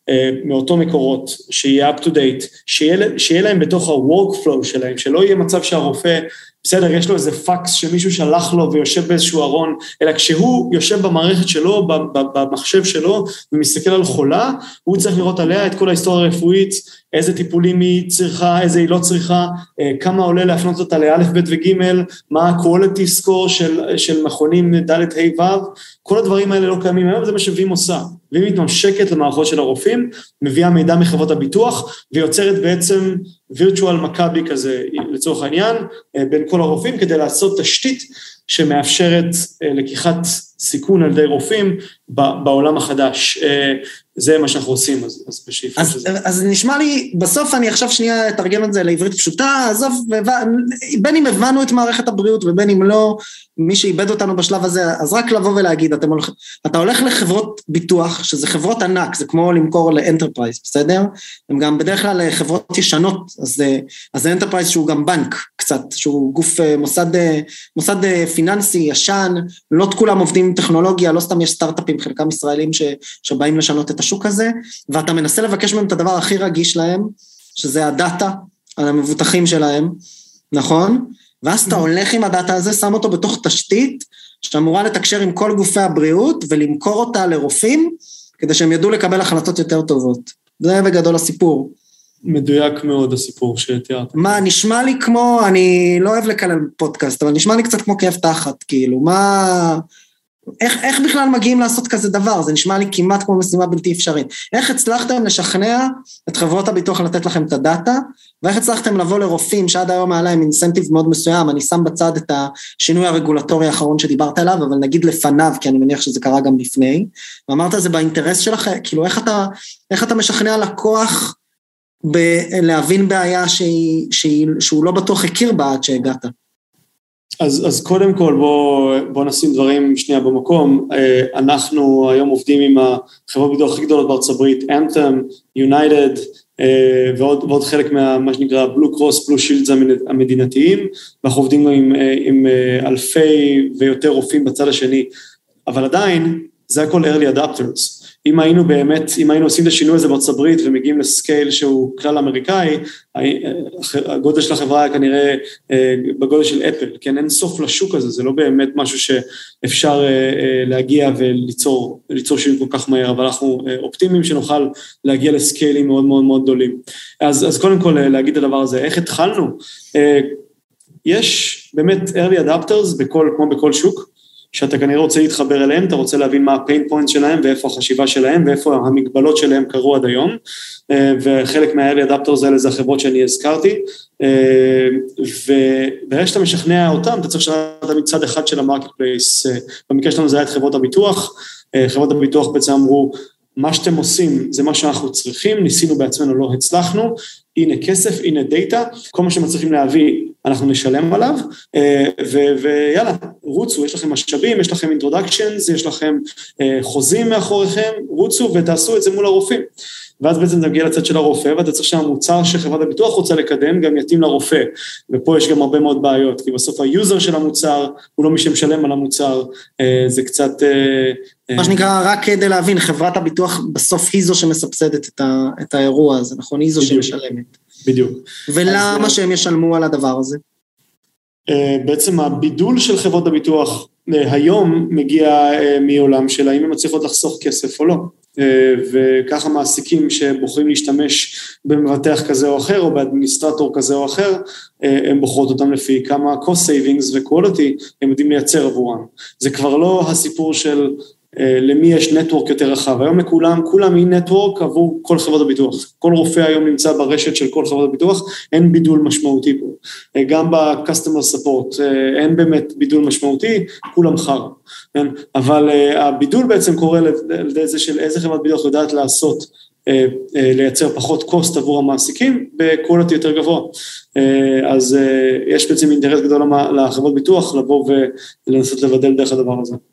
מאותו מקורות, שיהיה up to date, שיהיה, שיהיה להם בתוך ה-workflow שלהם, שלא יהיה מצב שהרופא, בסדר, יש לו איזה פקס שמישהו שלח לו ויושב באיזשהו ארון, אלא כשהוא יושב במערכת שלו, במחשב שלו, ומסתכל על חולה, הוא צריך לראות עליה את כל ההיסטוריה הרפואית, איזה טיפולים היא צריכה, איזה היא לא צריכה, כמה עולה להפנות אותה לאלף, בית וגימל, מה ה-quality score של, של מכונים ד' ה' ו', כל הדברים האלה לא קיימים היום, זה מה שווים עושה. והיא מתממשקת למערכות של הרופאים, מביאה מידע מחברות הביטוח, ויוצרת בעצם וירטואל מכבי כזה, לצורך העניין, בין כל הרופאים, כדי לעשות תשתית שמאפשרת לקיחת סיכון על ידי רופאים בעולם החדש. זה מה שאנחנו עושים, אז, אז בשאיפה אז, שזה. אז נשמע לי, בסוף אני עכשיו שנייה אתרגם את זה לעברית פשוטה, עזוב, בין אם הבנו את מערכת הבריאות ובין אם לא, מי שאיבד אותנו בשלב הזה, אז רק לבוא ולהגיד, אתה הולך, אתה הולך לחברות ביטוח, שזה חברות ענק, זה כמו למכור לאנטרפרייז, בסדר? הם גם בדרך כלל חברות ישנות, אז, אז זה אנטרפרייז שהוא גם בנק קצת, שהוא גוף מוסד, מוסד פיננסי ישן, לא כולם עובדים עם טכנולוגיה, לא סתם יש סטארט-אפים, חלקם ישראלים ש, שבאים לשנות את השוק הזה, ואתה מנסה לבקש מהם את הדבר הכי רגיש להם, שזה הדאטה על המבוטחים שלהם, נכון? ואז אתה הולך עם הדאטה הזה, שם אותו בתוך תשתית, שאמורה לתקשר עם כל גופי הבריאות, ולמכור אותה לרופאים, כדי שהם ידעו לקבל החלטות יותר טובות. זה בגדול הסיפור. מדויק מאוד הסיפור שתיארת. מה, נשמע לי כמו, אני לא אוהב לקלל פודקאסט, אבל נשמע לי קצת כמו כאב תחת, כאילו, מה... איך, איך בכלל מגיעים לעשות כזה דבר? זה נשמע לי כמעט כמו משימה בלתי אפשרית. איך הצלחתם לשכנע את חברות הביטוח לתת לכם את הדאטה, ואיך הצלחתם לבוא לרופאים שעד היום היה להם אינסנטיב מאוד מסוים, אני שם בצד את השינוי הרגולטורי האחרון שדיברת עליו, אבל נגיד לפניו, כי אני מניח שזה קרה גם לפני, ואמרת זה באינטרס שלך, כאילו איך אתה, איך אתה משכנע לקוח להבין בעיה שהיא, שהיא, שהוא לא בטוח הכיר בה עד שהגעת? אז, אז קודם כל בוא, בוא נשים דברים שנייה במקום, אנחנו היום עובדים עם החברות ביטוח הכי גדולות בארצות הברית, Anthem, United, ועוד, ועוד חלק מה, מה שנקרא Blue Cross, Blue Shields המדינתיים, ואנחנו עובדים עם, עם אלפי ויותר רופאים בצד השני, אבל עדיין זה הכל early adapters. אם היינו באמת, אם היינו עושים את השינוי הזה בארצות הברית ומגיעים לסקייל שהוא כלל אמריקאי, הגודל של החברה היה כנראה בגודל של אפל, כן, אין סוף לשוק הזה, זה לא באמת משהו שאפשר להגיע וליצור, ליצור שינוי כל כך מהר, אבל אנחנו אופטימיים שנוכל להגיע לסקיילים מאוד מאוד מאוד גדולים. אז, אז קודם כל להגיד את הדבר הזה, איך התחלנו? יש באמת early adapters בכל, כמו בכל שוק, שאתה כנראה רוצה להתחבר אליהם, אתה רוצה להבין מה הפיין פוינט שלהם, ואיפה החשיבה שלהם, ואיפה המגבלות שלהם קרו עד היום, וחלק מה-early adapters האלה זה החברות שאני הזכרתי, וברגע שאתה משכנע אותם, אתה צריך לשכנע מצד אחד של המרקט פלייס, במקרה שלנו זה היה את חברות הביטוח, חברות הביטוח בעצם אמרו, מה שאתם עושים זה מה שאנחנו צריכים, ניסינו בעצמנו, לא הצלחנו, הנה כסף, הנה דאטה, כל מה שמצליחים להביא, אנחנו נשלם עליו, ויאללה, רוצו, יש לכם משאבים, יש לכם introductions, יש לכם חוזים מאחוריכם, רוצו ותעשו את זה מול הרופאים. ואז בעצם תגיע לצד של הרופא, ואתה צריך שהמוצר שחברת הביטוח רוצה לקדם, גם יתאים לרופא, ופה יש גם הרבה מאוד בעיות, כי בסוף היוזר של המוצר, הוא לא מי שמשלם על המוצר, זה קצת... מה שנקרא, רק כדי להבין, חברת הביטוח בסוף היא זו שמסבסדת את, ה, את האירוע הזה, נכון? היא זו שמשלמת. בדיוק. ולמה אז, שהם ישלמו על הדבר הזה? בעצם הבידול של חברות הביטוח היום מגיע מעולם של האם הם מצליחות לחסוך כסף או לא. וככה מעסיקים שבוחרים להשתמש במבטח כזה או אחר, או באדמיניסטרטור כזה או אחר, הם בוחרות אותם לפי כמה cost savings ו-quality הם יודעים לייצר עבורם. זה כבר לא הסיפור של למי יש נטוורק יותר רחב. היום לכולם, כולם היא נטוורק עבור כל חברות הביטוח. כל רופא היום נמצא ברשת של כל חברות הביטוח, אין בידול משמעותי פה. גם ב-customer support, אין באמת בידול משמעותי, כולם חר. אבל הבידול בעצם קורה לזה של איזה חברת ביטוח יודעת לעשות, לייצר פחות קוסט עבור המעסיקים, בקולטי יותר גבוה. אז יש בעצם אינטרס גדול לחברות ביטוח, לבוא ולנסות לבדל דרך הדבר הזה.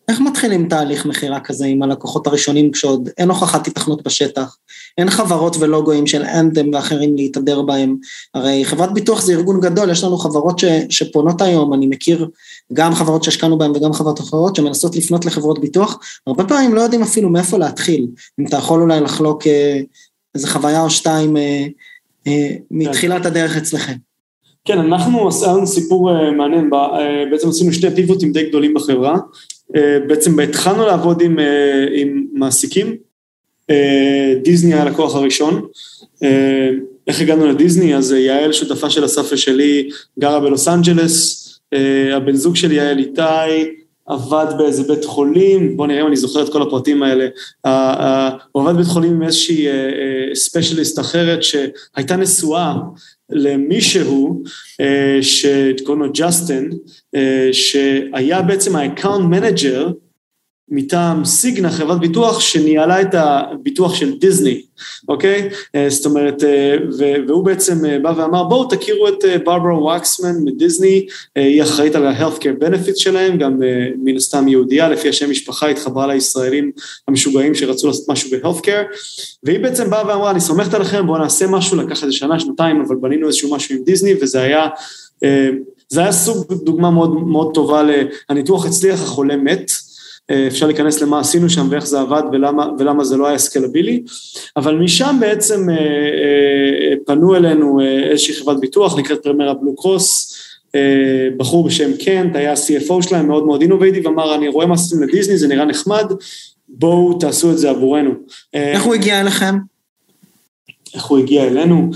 איך מתחילים תהליך מחירה כזה עם הלקוחות הראשונים, כשעוד אין הוכחת התכנות בשטח, אין חברות ולוגויים של אנתם ואחרים להתהדר בהם, הרי חברת ביטוח זה ארגון גדול, יש לנו חברות ש, שפונות היום, אני מכיר גם חברות שהשקענו בהן וגם חברות אחרות, שמנסות לפנות לחברות ביטוח, הרבה פעמים לא יודעים אפילו מאיפה להתחיל, אם אתה יכול אולי לחלוק איזה חוויה או שתיים מתחילת הדרך אצלכם. כן, אנחנו עשינו סיפור מעניין, בעצם עשינו שני פיבוטים די גדולים בחברה, בעצם התחלנו לעבוד עם, עם מעסיקים, דיזני היה הלקוח הראשון, איך הגענו לדיזני? אז יעל שותפה של אסף ושלי גרה בלוס אנג'לס, הבן זוג שלי יעל איתי, עבד באיזה בית חולים, בוא נראה אם אני זוכר את כל הפרטים האלה, הוא עבד בית חולים עם איזושהי ספיישליסט אחרת שהייתה נשואה למישהו שקוראים לו ג'סטין, שהיה בעצם האקאונט מנג'ר מטעם סיגנה, חברת ביטוח, שניהלה את הביטוח של דיזני, אוקיי? זאת אומרת, והוא בעצם בא ואמר, בואו תכירו את ברברה ווקסמן מדיזני, היא אחראית על ה-healthcare benefits שלהם, גם מן הסתם יהודיה, לפי השם משפחה, התחברה לישראלים המשוגעים שרצו לעשות משהו ב-healthcare, והיא בעצם באה ואמרה, אני סומכת עליכם, בואו נעשה משהו, לקח איזה שנה, שנתיים, אבל בנינו איזשהו משהו עם דיזני, וזה היה, זה היה סוג דוגמה מאוד, מאוד טובה, הניתוח הצליח, החולה מת, אפשר להיכנס למה עשינו שם ואיך זה עבד ולמה, ולמה זה לא היה סקלבילי, אבל משם בעצם פנו אלינו איזושהי חברת ביטוח, נקראת פרמרה בלו קרוס, בחור בשם קנט, היה ה-סי אף או שלהם מאוד מאוד אינובייטיב, אמר אני רואה מה עשיתם לדיזני, זה נראה נחמד, בואו תעשו את זה עבורנו. איך הוא הגיע אליכם? איך הוא הגיע אלינו?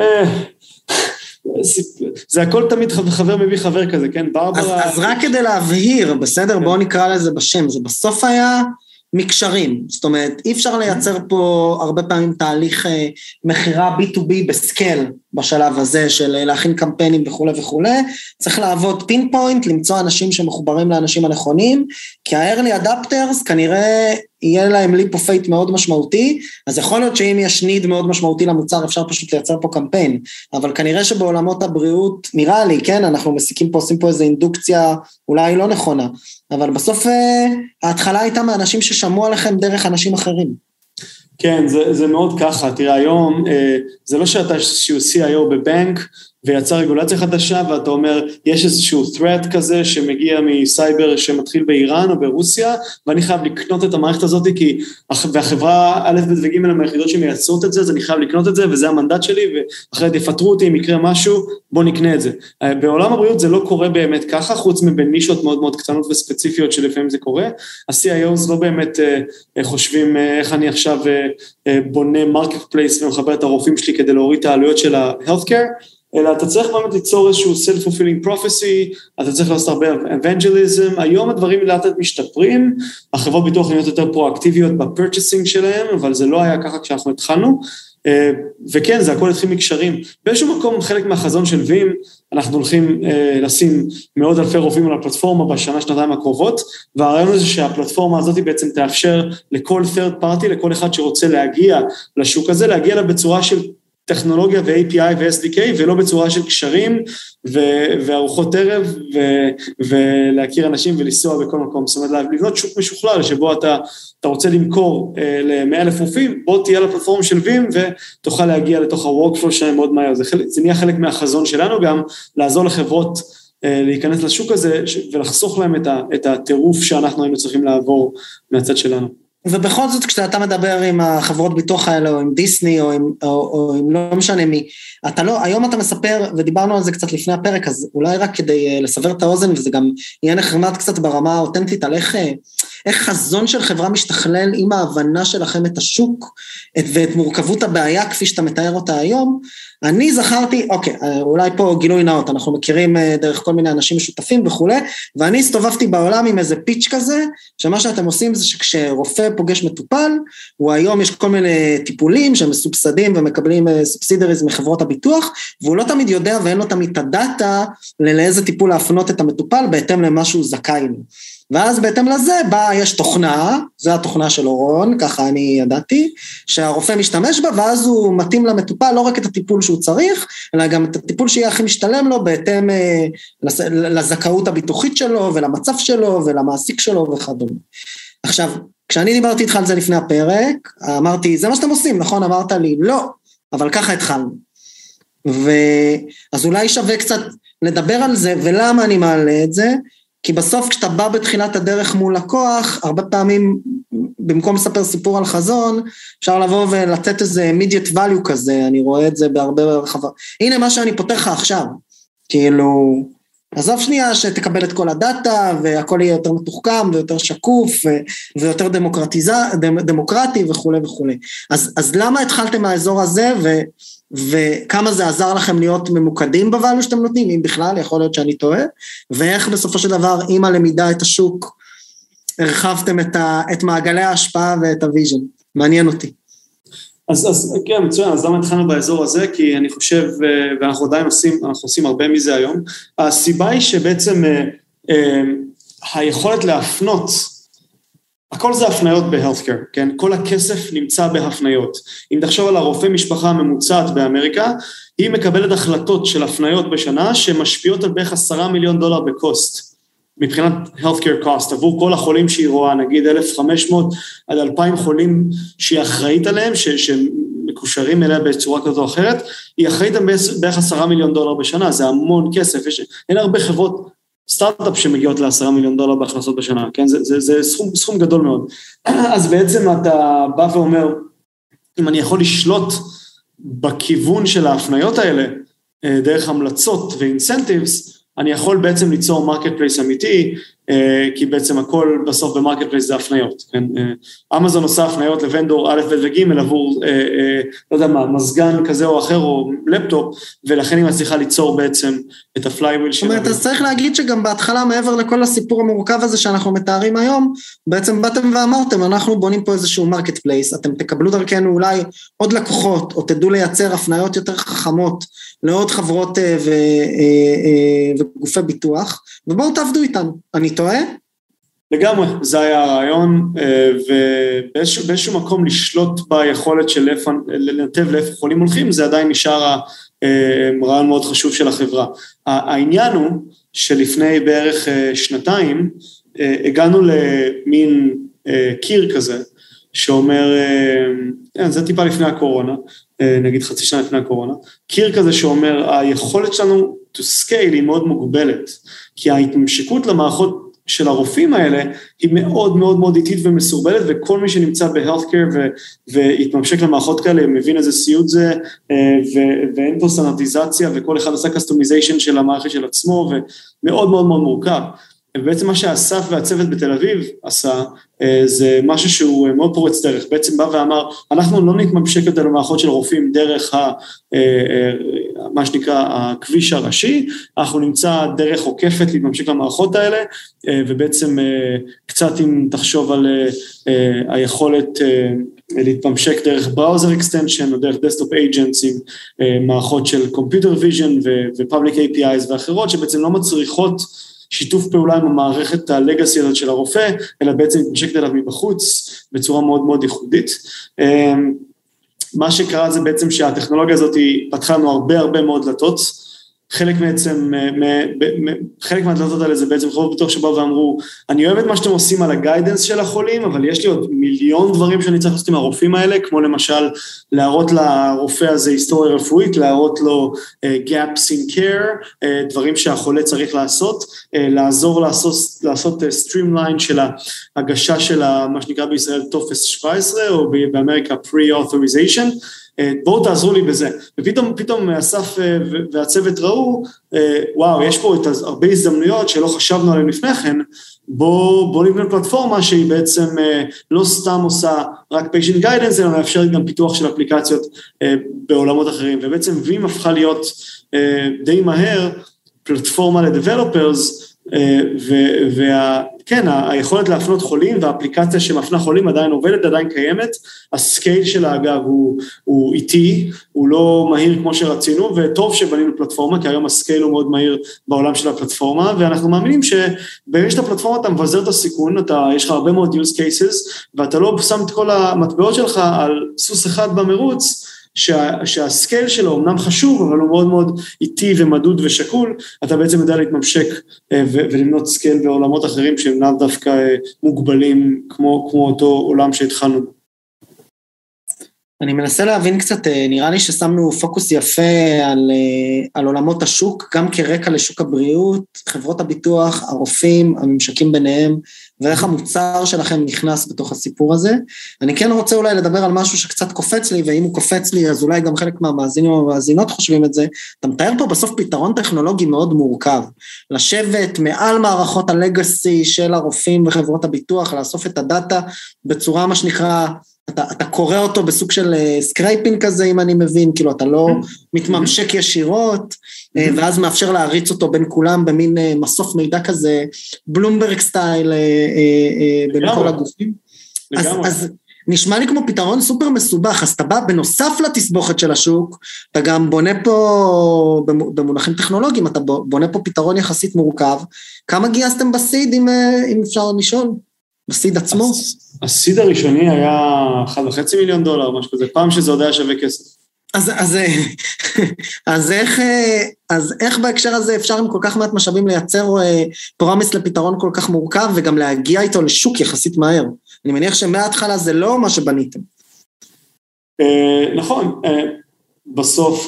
זה הכל תמיד חבר מביא חבר כזה, כן? ברברה... אז רק כדי להבהיר, בסדר? בואו נקרא לזה בשם, זה בסוף היה מקשרים, זאת אומרת, אי אפשר לייצר פה הרבה פעמים תהליך מחירה בי טו בי בסקל בשלב הזה של להכין קמפיינים וכו' וכו', צריך לעבוד פין פוינט, למצוא אנשים שמחוברים לאנשים הנכונים, כי ה-early adapters כנראה יהיה להם ליפ אוף פייט מאוד משמעותי, אז יכול להיות שאם יש ניד מאוד משמעותי למוצר, אפשר פשוט לייצר פה קמפיין, אבל כנראה שבעולמות הבריאות, נראה לי, כן, אנחנו מסיקים פה, עושים פה איזו אינדוקציה, אולי לא נכונה, אבל בסוף ההתחלה הייתה מאנשים ששמעו עליכם דרך אנשים אחרים. כן, זה, זה מאוד ככה, תראה היום, זה לא שאתה שהוא סי איי או בבנק, ויצא רגולציה חדשה, ואתה אומר, יש איזשהו threat כזה, שמגיע מסייבר שמתחיל באיראן או ברוסיה, ואני חייב לקנות את המערכת הזאת, כי, והחברה א' ב' וג' הם היחידות שמייצרות את זה, אז אני חייב לקנות את זה, וזה המנדט שלי, ואחרי יפטרו אותי, אם יקרה משהו, בוא נקנה את זה. בעולם הבריאות זה לא קורה באמת ככה, חוץ מבין נישות מאוד מאוד קטנות וספציפיות, שלפעמים זה קורה. ה-סי איי או'ס לא באמת חושבים איך אני עכשיו בונה מרקט פלייס, ומחבר את הרופאים שלי כדי להוריד את העלויות של ה-healthcare, אלא אתה צריך באמת ליצור איזשהו self-fulfilling prophecy, אתה צריך לעשות הרבה evangelism, היום הדברים לאט לאט משתפרים, החברות ביטוח נהיות יותר פרואקטיביות בפרצ'סינג שלהם, אבל זה לא היה ככה כשאנחנו התחלנו, וכן, זה הכל התחיל מקשרים. באיזשהו מקום, חלק מהחזון של וים, אנחנו הולכים לשים מאות אלפי רופאים על הפלטפורמה בשנה, שנתיים הקרובות, והרעיון הזה שהפלטפורמה הזאת בעצם תאפשר לכל third party, לכל אחד שרוצה להגיע לשוק הזה, להגיע אליו בצורה של טכנולוגיה ו-איי פי איי ו-אס די קיי, ולא בצורה של קשרים וארוחות ערב, ולהכיר אנשים ולנסוע בכל מקום. זאת אומרת, לבנות שוק משוכלל, שבו אתה, אתה רוצה למכור ל-מאה אלף רופאים, בוא תהיה לפלטפורמה של וים, ותוכל להגיע לתוך ה-workflow שלהם מאוד מהר. זה, זה נהיה חלק מהחזון שלנו גם, לעזור לחברות להיכנס לשוק הזה, ולחסוך להם את, ה, את הטירוף שאנחנו היינו צריכים לעבור מהצד שלנו. ובכל זאת, כשאתה מדבר עם החברות ביטוח האלה, או עם דיסני, או עם, או, או עם לא משנה מי, אתה לא, היום אתה מספר, ודיברנו על זה קצת לפני הפרק, אז אולי רק כדי לסבר את האוזן, וזה גם יהיה נחמד קצת ברמה האותנטית, על איך, איך חזון של חברה משתכלל עם ההבנה שלכם את השוק, את, ואת מורכבות הבעיה, כפי שאתה מתאר אותה היום. אני זכרתי, אוקיי, אולי פה גילוי נאות, אנחנו מכירים דרך כל מיני אנשים משותפים וכו', ואני הסתובבתי בעולם עם איזה פיץ' כזה, שמה שאתם עושים זה שכשרופא פוגש מטופל, הוא היום יש כל מיני טיפולים שהם מסובסדים ומקבלים סובסידריז מחברות הביטוח, והוא לא תמיד יודע ואין לו תמיד את הדאטה לאיזה טיפול להפנות את המטופל, בהתאם למה שהוא זכאי לו. ואז בהתאם לזה בא, יש תוכנה, זה התוכנה של אורון, ככה אני ידעתי, שהרופא משתמש בה, ואז הוא מתאים למטופל לא רק את הטיפול שהוא צריך, אלא גם את הטיפול שיהיה הכי משתלם לו, בהתאם לזכאות הביטוחית שלו, ולמצב שלו, ולמעסיק שלו וכדומה. עכשיו, כשאני דיברתי איתך על זה לפני הפרק, אמרתי, זה מה שאתם עושים, נכון? אמרת לי, לא, אבל ככה התחלנו. ואז אולי שווה קצת לדבר על זה, ולמה אני מעלה את זה, כי בסוף כשאתה בא בתחילת הדרך מול לקוח, הרבה פעמים במקום לספר סיפור על חזון, אפשר לבוא ולתת איזה immediate value כזה, אני רואה את זה בהרבה רחבה. הנה מה שאני פותח לך עכשיו, כאילו, עזוב שנייה שתקבל את כל הדאטה, והכל יהיה יותר מתוחכם, ויותר שקוף, ויותר דמוקרטי וכו' וכו'. אז, אז למה התחלתם מהאזור הזה, ו... וכמה זה עזר לכם להיות ממוקדים בvalue שאתם נותנים, אם בכלל, יכול להיות שאני טועה, ואיך בסופו של דבר, עם הלמידה את השוק, הרחבתם את, ה, את מעגלי ההשפעה ואת הוויז'ן, מעניין אותי. אז, אז כן, מצוין, אז למה התחלנו באזור הזה? כי אני חושב, ואנחנו עדיין עושים, אנחנו עושים הרבה מזה היום, הסיבה היא שבעצם אה, אה, היכולת להפנות, הכל זה הפניות ב-healthcare, כן? כל הכסף נמצא בהפניות. אם תחשוב על הרופא משפחה הממוצעת באמריקה, היא מקבלת החלטות של הפניות בשנה, שמשפיעות על בערך עשרה מיליון דולר בקוסט, מבחינת healthcare cost, עבור כל החולים שהיא רואה, נגיד אלף וחמש מאות עד אלפיים חולים שהיא אחראית עליהם, ש- שמקושרים אליה בצורה כזו או אחרת, היא אחראית על בערך עשרה מיליון דולר בשנה, זה המון כסף, יש, אין הרבה חברות, סטארט-אפ שמגיעות לעשרה מיליון דולר בהכנסות בשנה, כן? זה, זה, זה סכום, סכום גדול מאוד. אז בעצם אתה בא ואומר, אם אני יכול לשלוט בכיוון של ההפניות האלה, דרך המלצות ואינסנטיבס, אני יכול בעצם ליצור מרקט פלייס אמיתי, כי בעצם הכל בסוף במרקט פלייס זה הפניות, כן? אמזון עושה הפניות לוונדור א' וג' עבור, לא יודע מה, מזגן כזה או אחר או לפטופ, ולכן היא מצליחה ליצור בעצם את הפלייוויל שלה. זאת אומרת, אז צריך להגיד שגם בהתחלה מעבר לכל הסיפור המורכב הזה שאנחנו מתארים היום, בעצם באתם ואמרתם, אנחנו בונים פה איזשהו מרקט פלייס, אתם תקבלו דרכנו אולי עוד לקוחות, או תדעו לייצר הפניות יותר חכמות, לעוד חברות ו, וגופי ביטוח, ובואו תעבדו איתנו. אני טועה? לגמרי, זה היה הרעיון, ובאיזשהו מקום לשלוט ביכולת של לנתב לאיפה חולים הולכים, זה עדיין נשאר הרעיון מאוד חשוב של החברה. העניין הוא שלפני בערך שנתיים, הגענו למין קיר כזה, שאומר, זה טיפה לפני הקורונה, נגיד חצי שנה לפני הקורונה, קיר כזה שאומר, היכולת שלנו to scale היא מאוד מוגבלת, כי ההתמשקות למערכות של הרופאים האלה היא מאוד מאוד מאוד איטית ומסורבלת, וכל מי שנמצא ב-healthcare והתממשק למערכות כאלה, מבין איזה סיוד זה, ואין פה סטנדרטיזציה, וכל אחד עושה customization של המערכת של עצמו, ומאוד מאוד מאוד מורכב. ובעצם מה שהאסף והצוות בתל אביב עשה, זה משהו שהוא מאוד פורץ דרך, בעצם בא ואמר, אנחנו לא נתממשק יותר למערכות של רופאים דרך ה, מה שנקרא הכביש הראשי, אנחנו נמצא דרך עוקפת להתממשק למערכות האלה, ובעצם קצת אם תחשוב על היכולת להתממשק דרך בראוזר אקסטנשן, או דרך דסקטופ אייג'נטס עם מערכות של Computer Vision ו-Public איי פי איז ואחרות, שבעצם לא מצריכות שיתוף פעולה עם המערכת הלגאסי הזאת של הרופא, אלא בעצם מתמשקת אליו מבחוץ, בצורה מאוד מאוד ייחודית. מה שקרה זה בעצם שהטכנולוגיה הזאת פתחה לנו הרבה הרבה מאוד דלתות, חלק בעצם, חלק מהדלתות האלה זה בעצם חברות ביטוח שבאו ואמרו, אני אוהב את מה שאתם עושים על הגיידנס של החולים, אבל יש לי עוד מיליון דברים שאני צריך לעשות עם הרופאים האלה, כמו למשל להראות לרופא הזה היסטוריה רפואית, להראות לו uh, gaps in care, uh, דברים שהחולה צריך לעשות, uh, לעזור לעשות, לעשות uh, streamline של ההגשה של מה שנקרא בישראל טופס שבע עשרה, או באמריקה pre-authorization, בואו תעזרו לי בזה, ופתאום פתאום אסף והצוות ראו, וואו, יש פה את הרבה הזדמנויות שלא חשבנו עליהן לפני כן, בואו בוא נבנה פלטפורמה שהיא בעצם לא סתם עושה רק patient guidance, אלא מאפשרת גם פיתוח של אפליקציות בעולמות אחרים, ובעצם וים הפכה להיות די מהר פלטפורמה לדבלופרס, וכן, היכולת להפנות חולים והאפליקציה שמפנה חולים עדיין עובדת, עדיין קיימת, הסקייל שלה אגב הוא, הוא איטי, הוא לא מהיר כמו שרצינו, וטוב שבנינו פלטפורמה, כי היום הסקייל הוא מאוד מהיר בעולם של הפלטפורמה, ואנחנו מאמינים שבאמת שאתה פלטפורמה אתה מבזר את הסיכון, אתה, יש לך הרבה מאוד use cases, ואתה לא שם את כל המטבעות שלך על סוס אחד במרוץ, שה, שהסקייל שלו אמנם חשוב, אבל הוא מאוד מאוד איטי ומדוד ושקול, אתה בעצם יודע להתממשק ו, ולמנות סקייל בעולמות אחרים, שהם לאו דווקא מוגבלים, כמו, כמו אותו עולם שהתחלנו. אני מנסה להבין קצת, נראה לי ששמנו פוקוס יפה על, על עולמות השוק, גם כרקע לשוק הבריאות, חברות הביטוח, הרופאים, הממשקים ביניהם, ואיך המוצר שלכם נכנס בתוך הסיפור הזה. אני כן רוצה אולי לדבר על משהו שקצת קופץ לי, ואם הוא קופץ לי, אז אולי גם חלק מהמאזינים והמאזינות חושבים את זה. אתה מתאר פה בסוף פתרון טכנולוגי מאוד מורכב, לשבת מעל מערכות הלגאסי של הרופאים וחברות הביטוח, לאסוף את הדאטה בצורה מה שנקרא, אתה, אתה קורא אותו בסוג של סקרייפינג כזה, אם אני מבין, כאילו אתה לא מתממשק ישירות, ואז מאפשר להריץ אותו בין כולם, במין מסוף מידע כזה, בלומברג סטייל, בין כל הגופים. אז, אז נשמע לי כמו פתרון סופר מסובך, אז אתה בא בנוסף לתסבוכת של השוק, אתה גם בונה פה, במונחים טכנולוגיים, אתה בונה פה פתרון יחסית מורכב, כמה גייסתם בסיד, אם, אם אפשר לשאול? בסיד עצמו? הסיד הראשוני היה אחד וחצי מיליון דולר, משהו כזה, פעם שזה עוד היה שווה כסף. אז, אז, אז, איך, אז איך בהקשר הזה אפשר עם כל כך מעט משאבים לייצר פרומס לפתרון כל כך מורכב, וגם להגיע איתו לשוק יחסית מהר? אני מניח שמההתחלה זה לא מה שבניתם. נכון, בסוף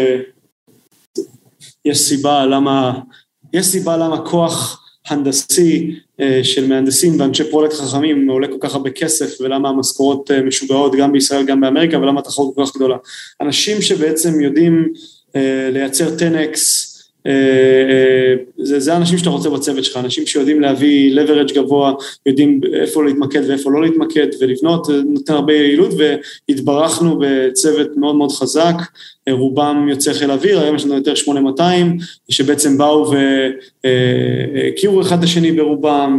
יש סיבה למה, יש סיבה למה כוח הנדסי של מהנדסים ואנשי פרודקט חכמים עולה כל כך הרבה כסף, ולמה המשכורות משוגעות גם בישראל גם באמריקה, ולמה התחרות כל כך גדולה. אנשים שבעצם יודעים לייצר עשר אקס, זה, זה האנשים שאתה רוצה בצוות שלך, אנשים שיודעים להביא leverage גבוה, יודעים איפה להתמקד ואיפה לא להתמקד ולבנות, נותן הרבה יעילות, והתברכנו בצוות מאוד מאוד חזק, רובם יוצא חיל אוויר, היום יש לנו יותר שמונה מאתיים, שבעצם באו והכירו אחד השני ברובם,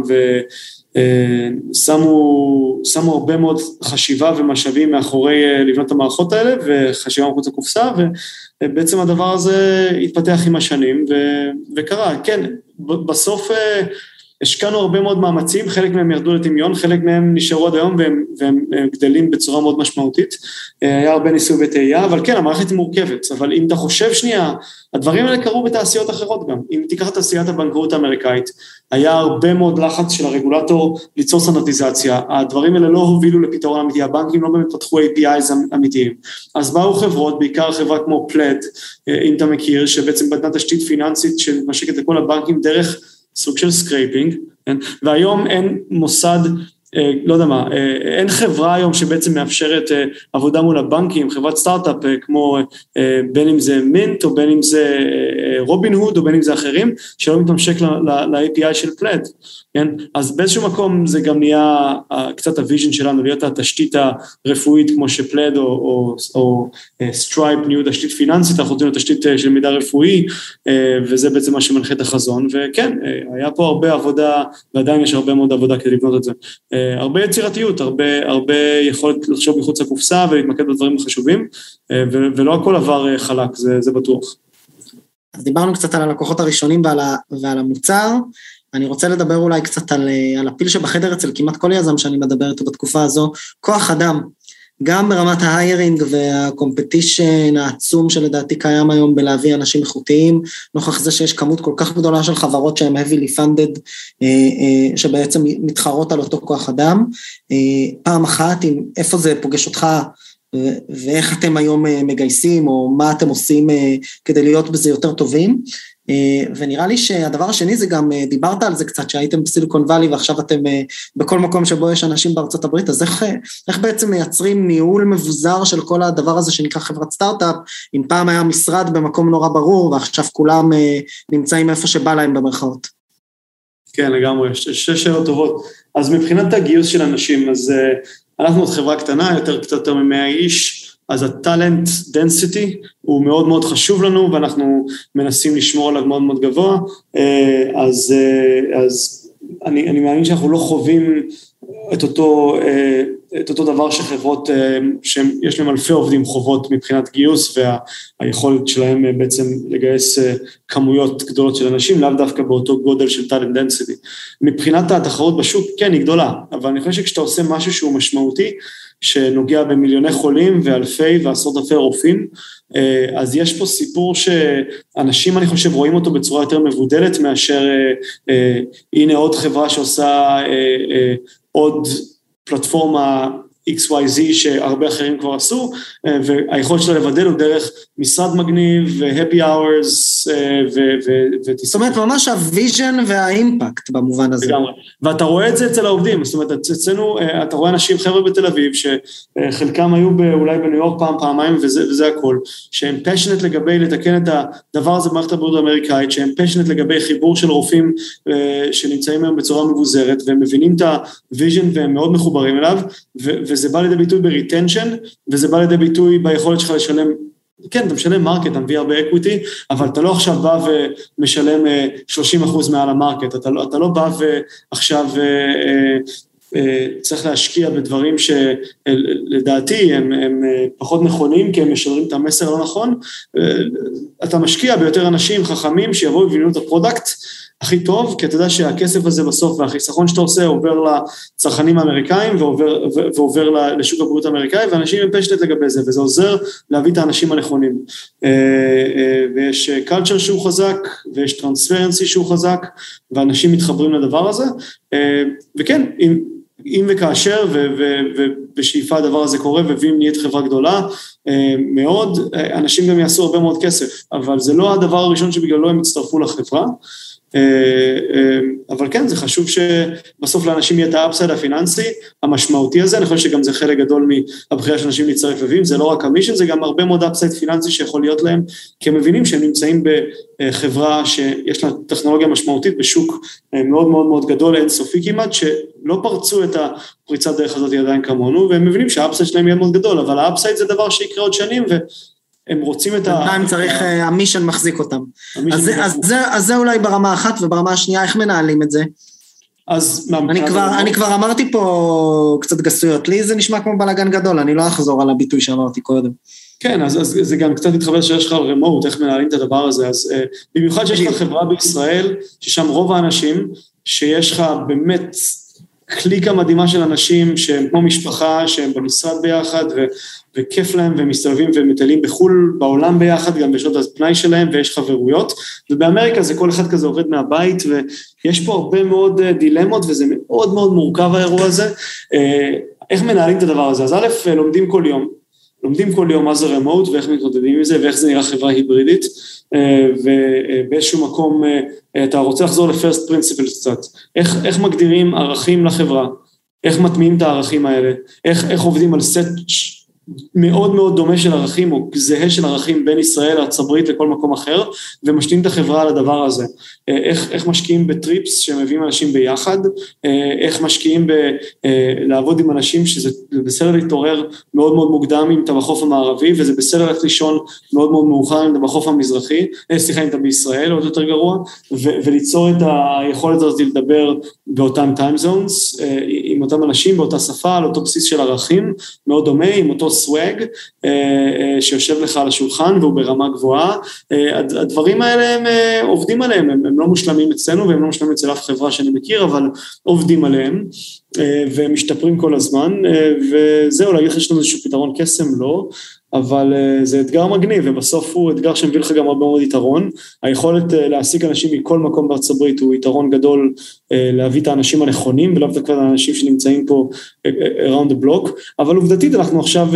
ושמו שמו הרבה מאוד חשיבה ומשאבים מאחורי לבנות המערכות האלה, וחשיבה מחוץ לקופסה, ובעצם הדבר הזה התפתח עם השנים, וקרה, כן, בסוף השקענו הרבה מאוד מאמצים, חלק מהם ירדו לטמיון, חלק מהם נשארו עד היום, והם, והם גדלים בצורה מאוד משמעותית, היה הרבה ניסוי וטעייה, אבל כן, המערכת היא מורכבת, אבל אם אתה חושב שנייה, הדברים האלה קרו בתעשיות אחרות גם, אם תיקח את תעשיית הבנקאות האמריקאית, היה הרבה מאוד לחץ של הרגולטור ליצור סטנדרטיזציה, הדברים האלה לא הובילו לפתרון אמיתי, הבנקים לא באמת פתחו איי פי איז אמיתיים, אז באו חברות, בעיקר חברה כמו פלד, אם אתה מכיר, שבעצם בנתה תשתית פיננסית שמשקת לכל הבנקים דרך סוג של סקרייפינג, כן? והיום אין מוסד, אה, לא יודע מה, אה, אין חברה היום שבעצם מאפשרת אה, עבודה מול הבנקים, חברת סטארט-אפ, אה, כמו אה, בין אם זה מינט, או בין אם זה אה, רובין הוד, או בין אם זה אחרים, שלא מתממשק ל-איי פי איי של פלד, כן? אז באיזשהו מקום זה גם נהיה אה, קצת הוויז'ן שלנו, להיות התשתית הרפואית, כמו שפלד או, או, או אה, סטרייפ, נהיו תשתית פיננסית, אנחנו רוצים תשתית אה, של מידע רפואי, אה, וזה בעצם מה שמנחה את החזון, וכן, אה, היה פה הרבה עבודה, ועדיין יש הרבה מאוד עבודה כדי לבנות את זה. אה, הרבה יצירתיות, הרבה, הרבה יכולת לחשוב מחוץ לקופסה, ולהתמקד בדברים החשובים, אה, ו- ולא הכל עבר אה, חלק, זה, זה בטוח. אז דיברנו קצת על הלקוחות הראשונים ועל, ה- ועל המוצר, אני רוצה לדבר אולי קצת על, על הפיל שבחדר אצל כמעט כל יזם שאני מדבר איתו בתקופה הזו, כוח אדם, גם ברמת ההיירינג והקומפטישן העצום שלדעתי קיים היום בלהביא אנשים איכותיים, נוכח זה שיש כמות כל כך גדולה של חברות שהן heavily funded, שבעצם מתחרות על אותו כוח אדם, פעם אחת, איפה זה פוגש אותך, ואיך אתם היום מגייסים, או מה אתם עושים כדי להיות בזה יותר טובים, ונראה לי שהדבר השני זה גם, דיברת על זה קצת, שהייתם בסיליקון ואלי, ועכשיו אתם בכל מקום שבו יש אנשים בארצות הברית, אז איך, איך בעצם מייצרים ניהול מבוזר של כל הדבר הזה שנקרא חברת סטארט-אפ, אם פעם היה משרד במקום נורא ברור, ועכשיו כולם נמצאים איפה שבא להם במרכאות. כן, לגמרי, שתי שאלות טובות. אז מבחינת הגיוס של אנשים, אז אנחנו עוד חברה קטנה, יותר קצת יותר ממאה איש, אז הטלנט דנסיטי הוא מאוד מאוד חשוב לנו, ואנחנו מנסים לשמור עליו מאוד מאוד גבוה, אז, אז אני, אני מאמין שאנחנו לא חווים את אותו, את אותו דבר שחברות שיש להם אלפי עובדים חובות מבחינת גיוס, והיכולת שלהם בעצם לגייס כמויות גדולות של אנשים, לאו דווקא באותו גודל של talent density. מבחינת התחרות בשוק, כן, היא גדולה, אבל אני חושב שכשאתה עושה משהו שהוא משמעותי, שנוגע במיליוני חולים ואלפי ועשרות אלפי רופאים, אז יש פה סיפור שאנשים, אני חושב, רואים אותו בצורה יותר מבודלת, מאשר הנה עוד חברה שעושה עוד פלטפורמה אקס וואי זי שהרבה אחרים כבר עשו, והיכולת שלה לבדל הוא דרך משרד מגניב, ו-happy hours, ו... זאת אומרת, ממש הוויז'ן והאימפקט במובן הזה. לגמרי. ואתה רואה את זה אצל העובדים, זאת אומרת, אצלנו, אתה רואה אנשים, חבר'ה בתל אביב, שחלקם היו אולי בניו יורק פעם, פעמיים, וזה, וזה הכל, שהם passionate לגבי לתקן את הדבר הזה במערכת הבריאות האמריקאית, שהם passionate לגבי חיבור של רופאים שנמצאים היום בצורה מבוזרת, והם מבינים את הוויז'ן והם מאוד מחוברים אליו, וזה בא לידי ביטוי בריטנשן, וזה בא לידי ביטוי ביכולת שלך לשלם, כן, אתה משלם מרקט, אתה מביא הרבה אקוויטי, אבל אתה לא עכשיו בא ומשלם שלושים אחוז מעל המרקט, אתה לא, אתה לא בא ועכשיו צריך להשקיע בדברים שלדעתי הם, הם פחות נכונים, כי הם משדרים את המסר לא נכון, אתה משקיע ביותר אנשים חכמים שיבואו ויבינו את הפרודקט, הכי טוב, כי אתה יודע שהכסף הזה בסוף, והחיסכון שאתה עושה עובר לצרכנים האמריקאים, ועובר, ועובר לשוק הבריאות האמריקאי, ואנשים הם פשטת לגבי זה, וזה עוזר להביא את האנשים הנכונים. ויש קלצ'ר שהוא חזק, ויש טרנספרנסי שהוא חזק, ואנשים מתחברים לדבר הזה, וכן, אם, אם וכאשר, ובשאיפה הדבר הזה קורה, ואם נהיית חברה גדולה, מאוד, אנשים גם יעשו הרבה מאוד כסף, אבל זה לא הדבר הראשון שבגללו הם יצטרפו לחברה, אבל כן, זה חשוב שבסוף לאנשים יהיה את האפסייד הפיננסי המשמעותי הזה, אני חושב שגם זה חלק גדול מהבחירה של אנשים להצטרף לווים, זה לא רק המישן, זה גם הרבה מאוד אפסייד פיננסי שיכול להיות להם, כי הם מבינים שהם נמצאים בחברה שיש לה טכנולוגיה משמעותית בשוק מאוד מאוד מאוד גדול, אינסופי כמעט, שלא פרצו את הפריצת דרך הזאת עדיין כמונו, והם מבינים שהאפסייד שלהם יהיה מאוד גדול, אבל האפסייד זה דבר שיקרה עוד שנים, ו... הם רוצים את ה... בינתיים צריך, המישן מחזיק אותם. אז זה אולי ברמה אחת, וברמה השנייה, איך מנהלים את זה? אז... אני כבר אמרתי פה קצת גסויות, לי זה נשמע כמו בלגן גדול, אני לא אחזור על הביטוי שאמרתי קודם. כן, אז זה גם קצת התחבר שיש לך על רמוט, איך מנהלים את הדבר הזה, אז במיוחד שיש לך חברה בישראל, ששם רוב האנשים, שיש לך באמת... קליקה מדהימה של אנשים שהם כמו משפחה, שהם במשרד ביחד, ו- וכיף להם, והם מסתובבים ומטיילים בחול, בעולם ביחד, גם בשעות הפנאי שלהם, ויש חברויות, ובאמריקה זה כל אחד כזה עובד מהבית, ויש פה הרבה מאוד דילמות, וזה מאוד מאוד מורכב האירוע הזה. איך מנהלים את הדבר הזה? אז א', לומדים כל יום, לומדים כל יום מה זה רמוט, ואיך מתמודדים עם זה, ואיך זה נראה חברה היברידית, ובאיזשהו מקום אתה רוצה לחזור ל-first principles קצת, איך, איך מגדירים ערכים לחברה, איך מטמיעים את הערכים האלה, איך, איך עובדים על סט מאוד מאוד דומה של ערכים, או זהה של ערכים בין ישראל, ארצות הברית וכל מקום אחר, ומשתים את החברה על הדבר הזה. איך, איך משקיעים בטריפס שמביאים אנשים ביחד, איך משקיעים בלעבוד עם אנשים שזה בסדר להתעורר מאוד מאוד מוקדם אם אתה בחוף המערבי, וזה בסדר ללכת לישון מאוד מאוד מאוחר אם אתה בחוף המזרחי, סליחה אם אתה בישראל, עוד יותר גרוע, ו- וליצור את היכולת הזאת לדבר באותם time zones, עם אותם אנשים באותה שפה, על אותו בסיס של ערכים, מאוד דומה, עם אותו סווג, שיושב לך על השולחן והוא ברמה גבוהה, הדברים האלה הם עובדים עליהם, הם, הם לא מושלמים אצלנו והם לא מושלמים אצל אף חברה שאני מכיר, אבל עובדים עליהם והם משתפרים כל הזמן, וזהו, להגיד לך שיש לנו איזשהו פתרון קסם, לא, אבל זה אתגר מגניב, ובסוף הוא אתגר שמביא לך גם הרבה מאוד יתרון, היכולת להעסיק אנשים מכל מקום בארצות הברית הוא יתרון גדול להביא את האנשים הנכונים, ולאו דווקא האנשים שנמצאים פה around the block, אבל עובדתית אנחנו עכשיו,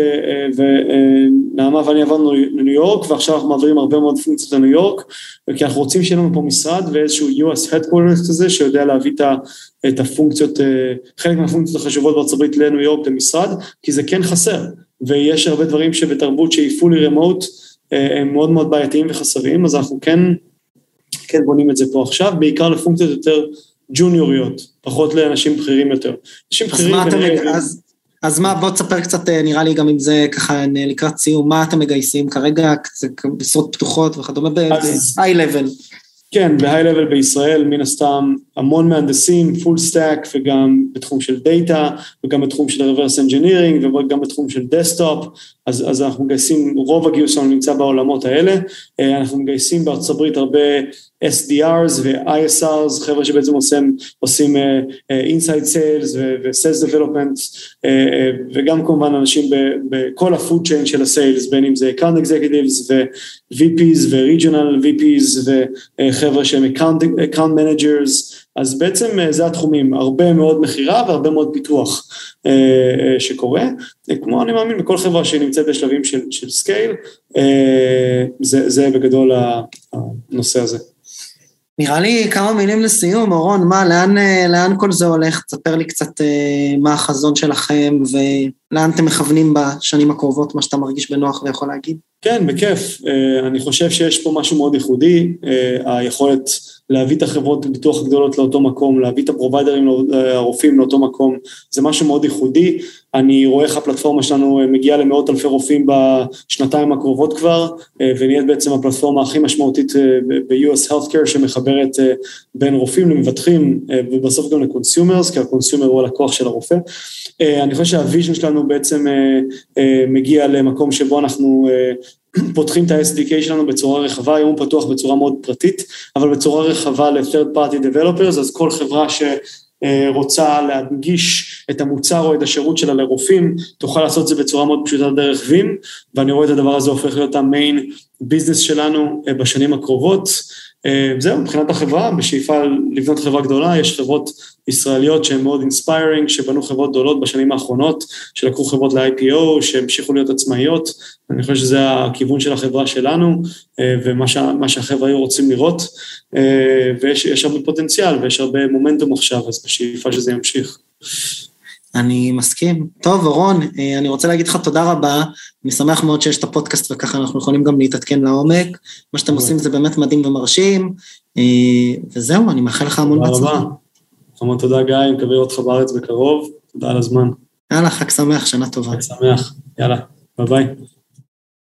ונעמה ואני עברנו לניו יורק, ועכשיו אנחנו מעבירים הרבה מאוד פונקציות לניו יורק, כי אנחנו רוצים שיהיה לנו פה משרד, ואיזשהו יו אס headquarters כזה, שיודע להביא את הפונקציות, חלק מהפונקציות החשובות בארצות הברית לניו יורק למשרד, כי זה כן חסר. ויש הרבה דברים שבתרבות שהיא fully remote, הם מאוד מאוד בעייתיים וחסרים, אז אנחנו כן, כן בונים את זה פה עכשיו, בעיקר לפונקציות יותר ג'וניוריות, פחות לאנשים בכירים יותר. אנשים בכירים... אז מה אתה, אז, אז מה, בוא תספר קצת, נראה לי גם אם זה ככה לקראת סיום, מה אתם מגייסים כרגע, משרות פתוחות וכדומה ב-high level. כן, ב-high level בישראל, מן הסתם, המון מהנדסים, full stack, וגם בתחום של data, וגם בתחום של reverse engineering, וגם בתחום של desktop, אז, אז אנחנו מגייסים, רוב הגיוס שלנו נמצא בעולמות האלה, אנחנו מגייסים בארצות הברית הרבה אס די אר'ס ו-איי אס אר'ס, חבר'ה שבעצם עושים, עושים uh, uh, inside sales ו-sales development, uh, uh, וגם כמובן אנשים בכל ה-food chain של ה-sales, בין אם זה account executives ו-וי פי'ס ו-regional וי פי'ס וחבר'ה שהם account, account managers, אז בעצם uh, זה התחומים, הרבה מאוד מחירה והרבה מאוד פיתוח uh, uh, שקורה, uh, כמו אני מאמין בכל חברה שנמצאת בשלבים של, של scale, uh, זה, זה בגדול הנושא הזה. נראה לי כמה מילים לסיום, אורון, מה, לאן, לאן כל זה הולך? תספר לי קצת מה החזון שלכם, ולאן אתם מכוונים בשנים הקרובות, מה שאתה מרגיש בנוח ויכול להגיד? כן, בכיף. אני חושב שיש פה משהו מאוד ייחודי, היכולת להביא את החברות ביטוח הגדולות לאותו מקום, להביא את הפרוביידרים, הרופאים לאותו מקום, זה משהו מאוד ייחודי. אני רואה איך הפלטפורמה שלנו מגיעה למאות אלפי רופאים בשנתיים הקרובות כבר, ונהיית בעצם הפלטפורמה הכי משמעותית ב-יו אס Healthcare, שמחברת בין רופאים למבטחים, ובסוף גם לקונסיומרס, כי הקונסיומר הוא הלקוח של הרופא. אני חושב שהוויז'ן שלנו בעצם מגיע למקום שבו אנחנו פותחים את ה-אס די קיי שלנו בצורה רחבה, היום הוא פתוח בצורה מאוד פרטית, אבל בצורה רחבה ל-third party developers, אז כל חברה שרוצה להנגיש את המוצר או את השירות שלה לרופאים, תוכל לעשות את זה בצורה מאוד פשוטה דרך וים, ואני רואה את הדבר הזה הופך להיות המיין ביזנס שלנו בשנים הקרובות. זהו, מבחינת החברה, בשאיפה לבנות חברה גדולה, יש חברות ישראליות שהן מאוד אינספיירינג, שבנו חברות גדולות בשנים האחרונות, שלקחו חברות ל-איי פי או, שהמשיכו להיות עצמאיות, אני חושב שזה הכיוון של החברה שלנו, ומה שה, מה שהחברה היו רוצים לראות, ויש יש הרבה פוטנציאל, ויש הרבה מומנטום עכשיו, אז בשאיפה שזה ימשיך. אני מסכים. טוב, אורון, אני רוצה להגיד לך תודה רבה, אני שמח מאוד שיש את הפודקאסט, וככה אנחנו יכולים גם להתעדכן לעומק, מה שאתם עושים זה באמת מדהים ומרשים, וזהו, אני מאחל לך המון בהצלחה. תודה רבה. המון תודה גיא, אני מקווה אותך בארץ בקרוב, תודה על הזמן. יאללה, חג שמח, שנה טובה. חג שמח, יאללה, ביי ביי.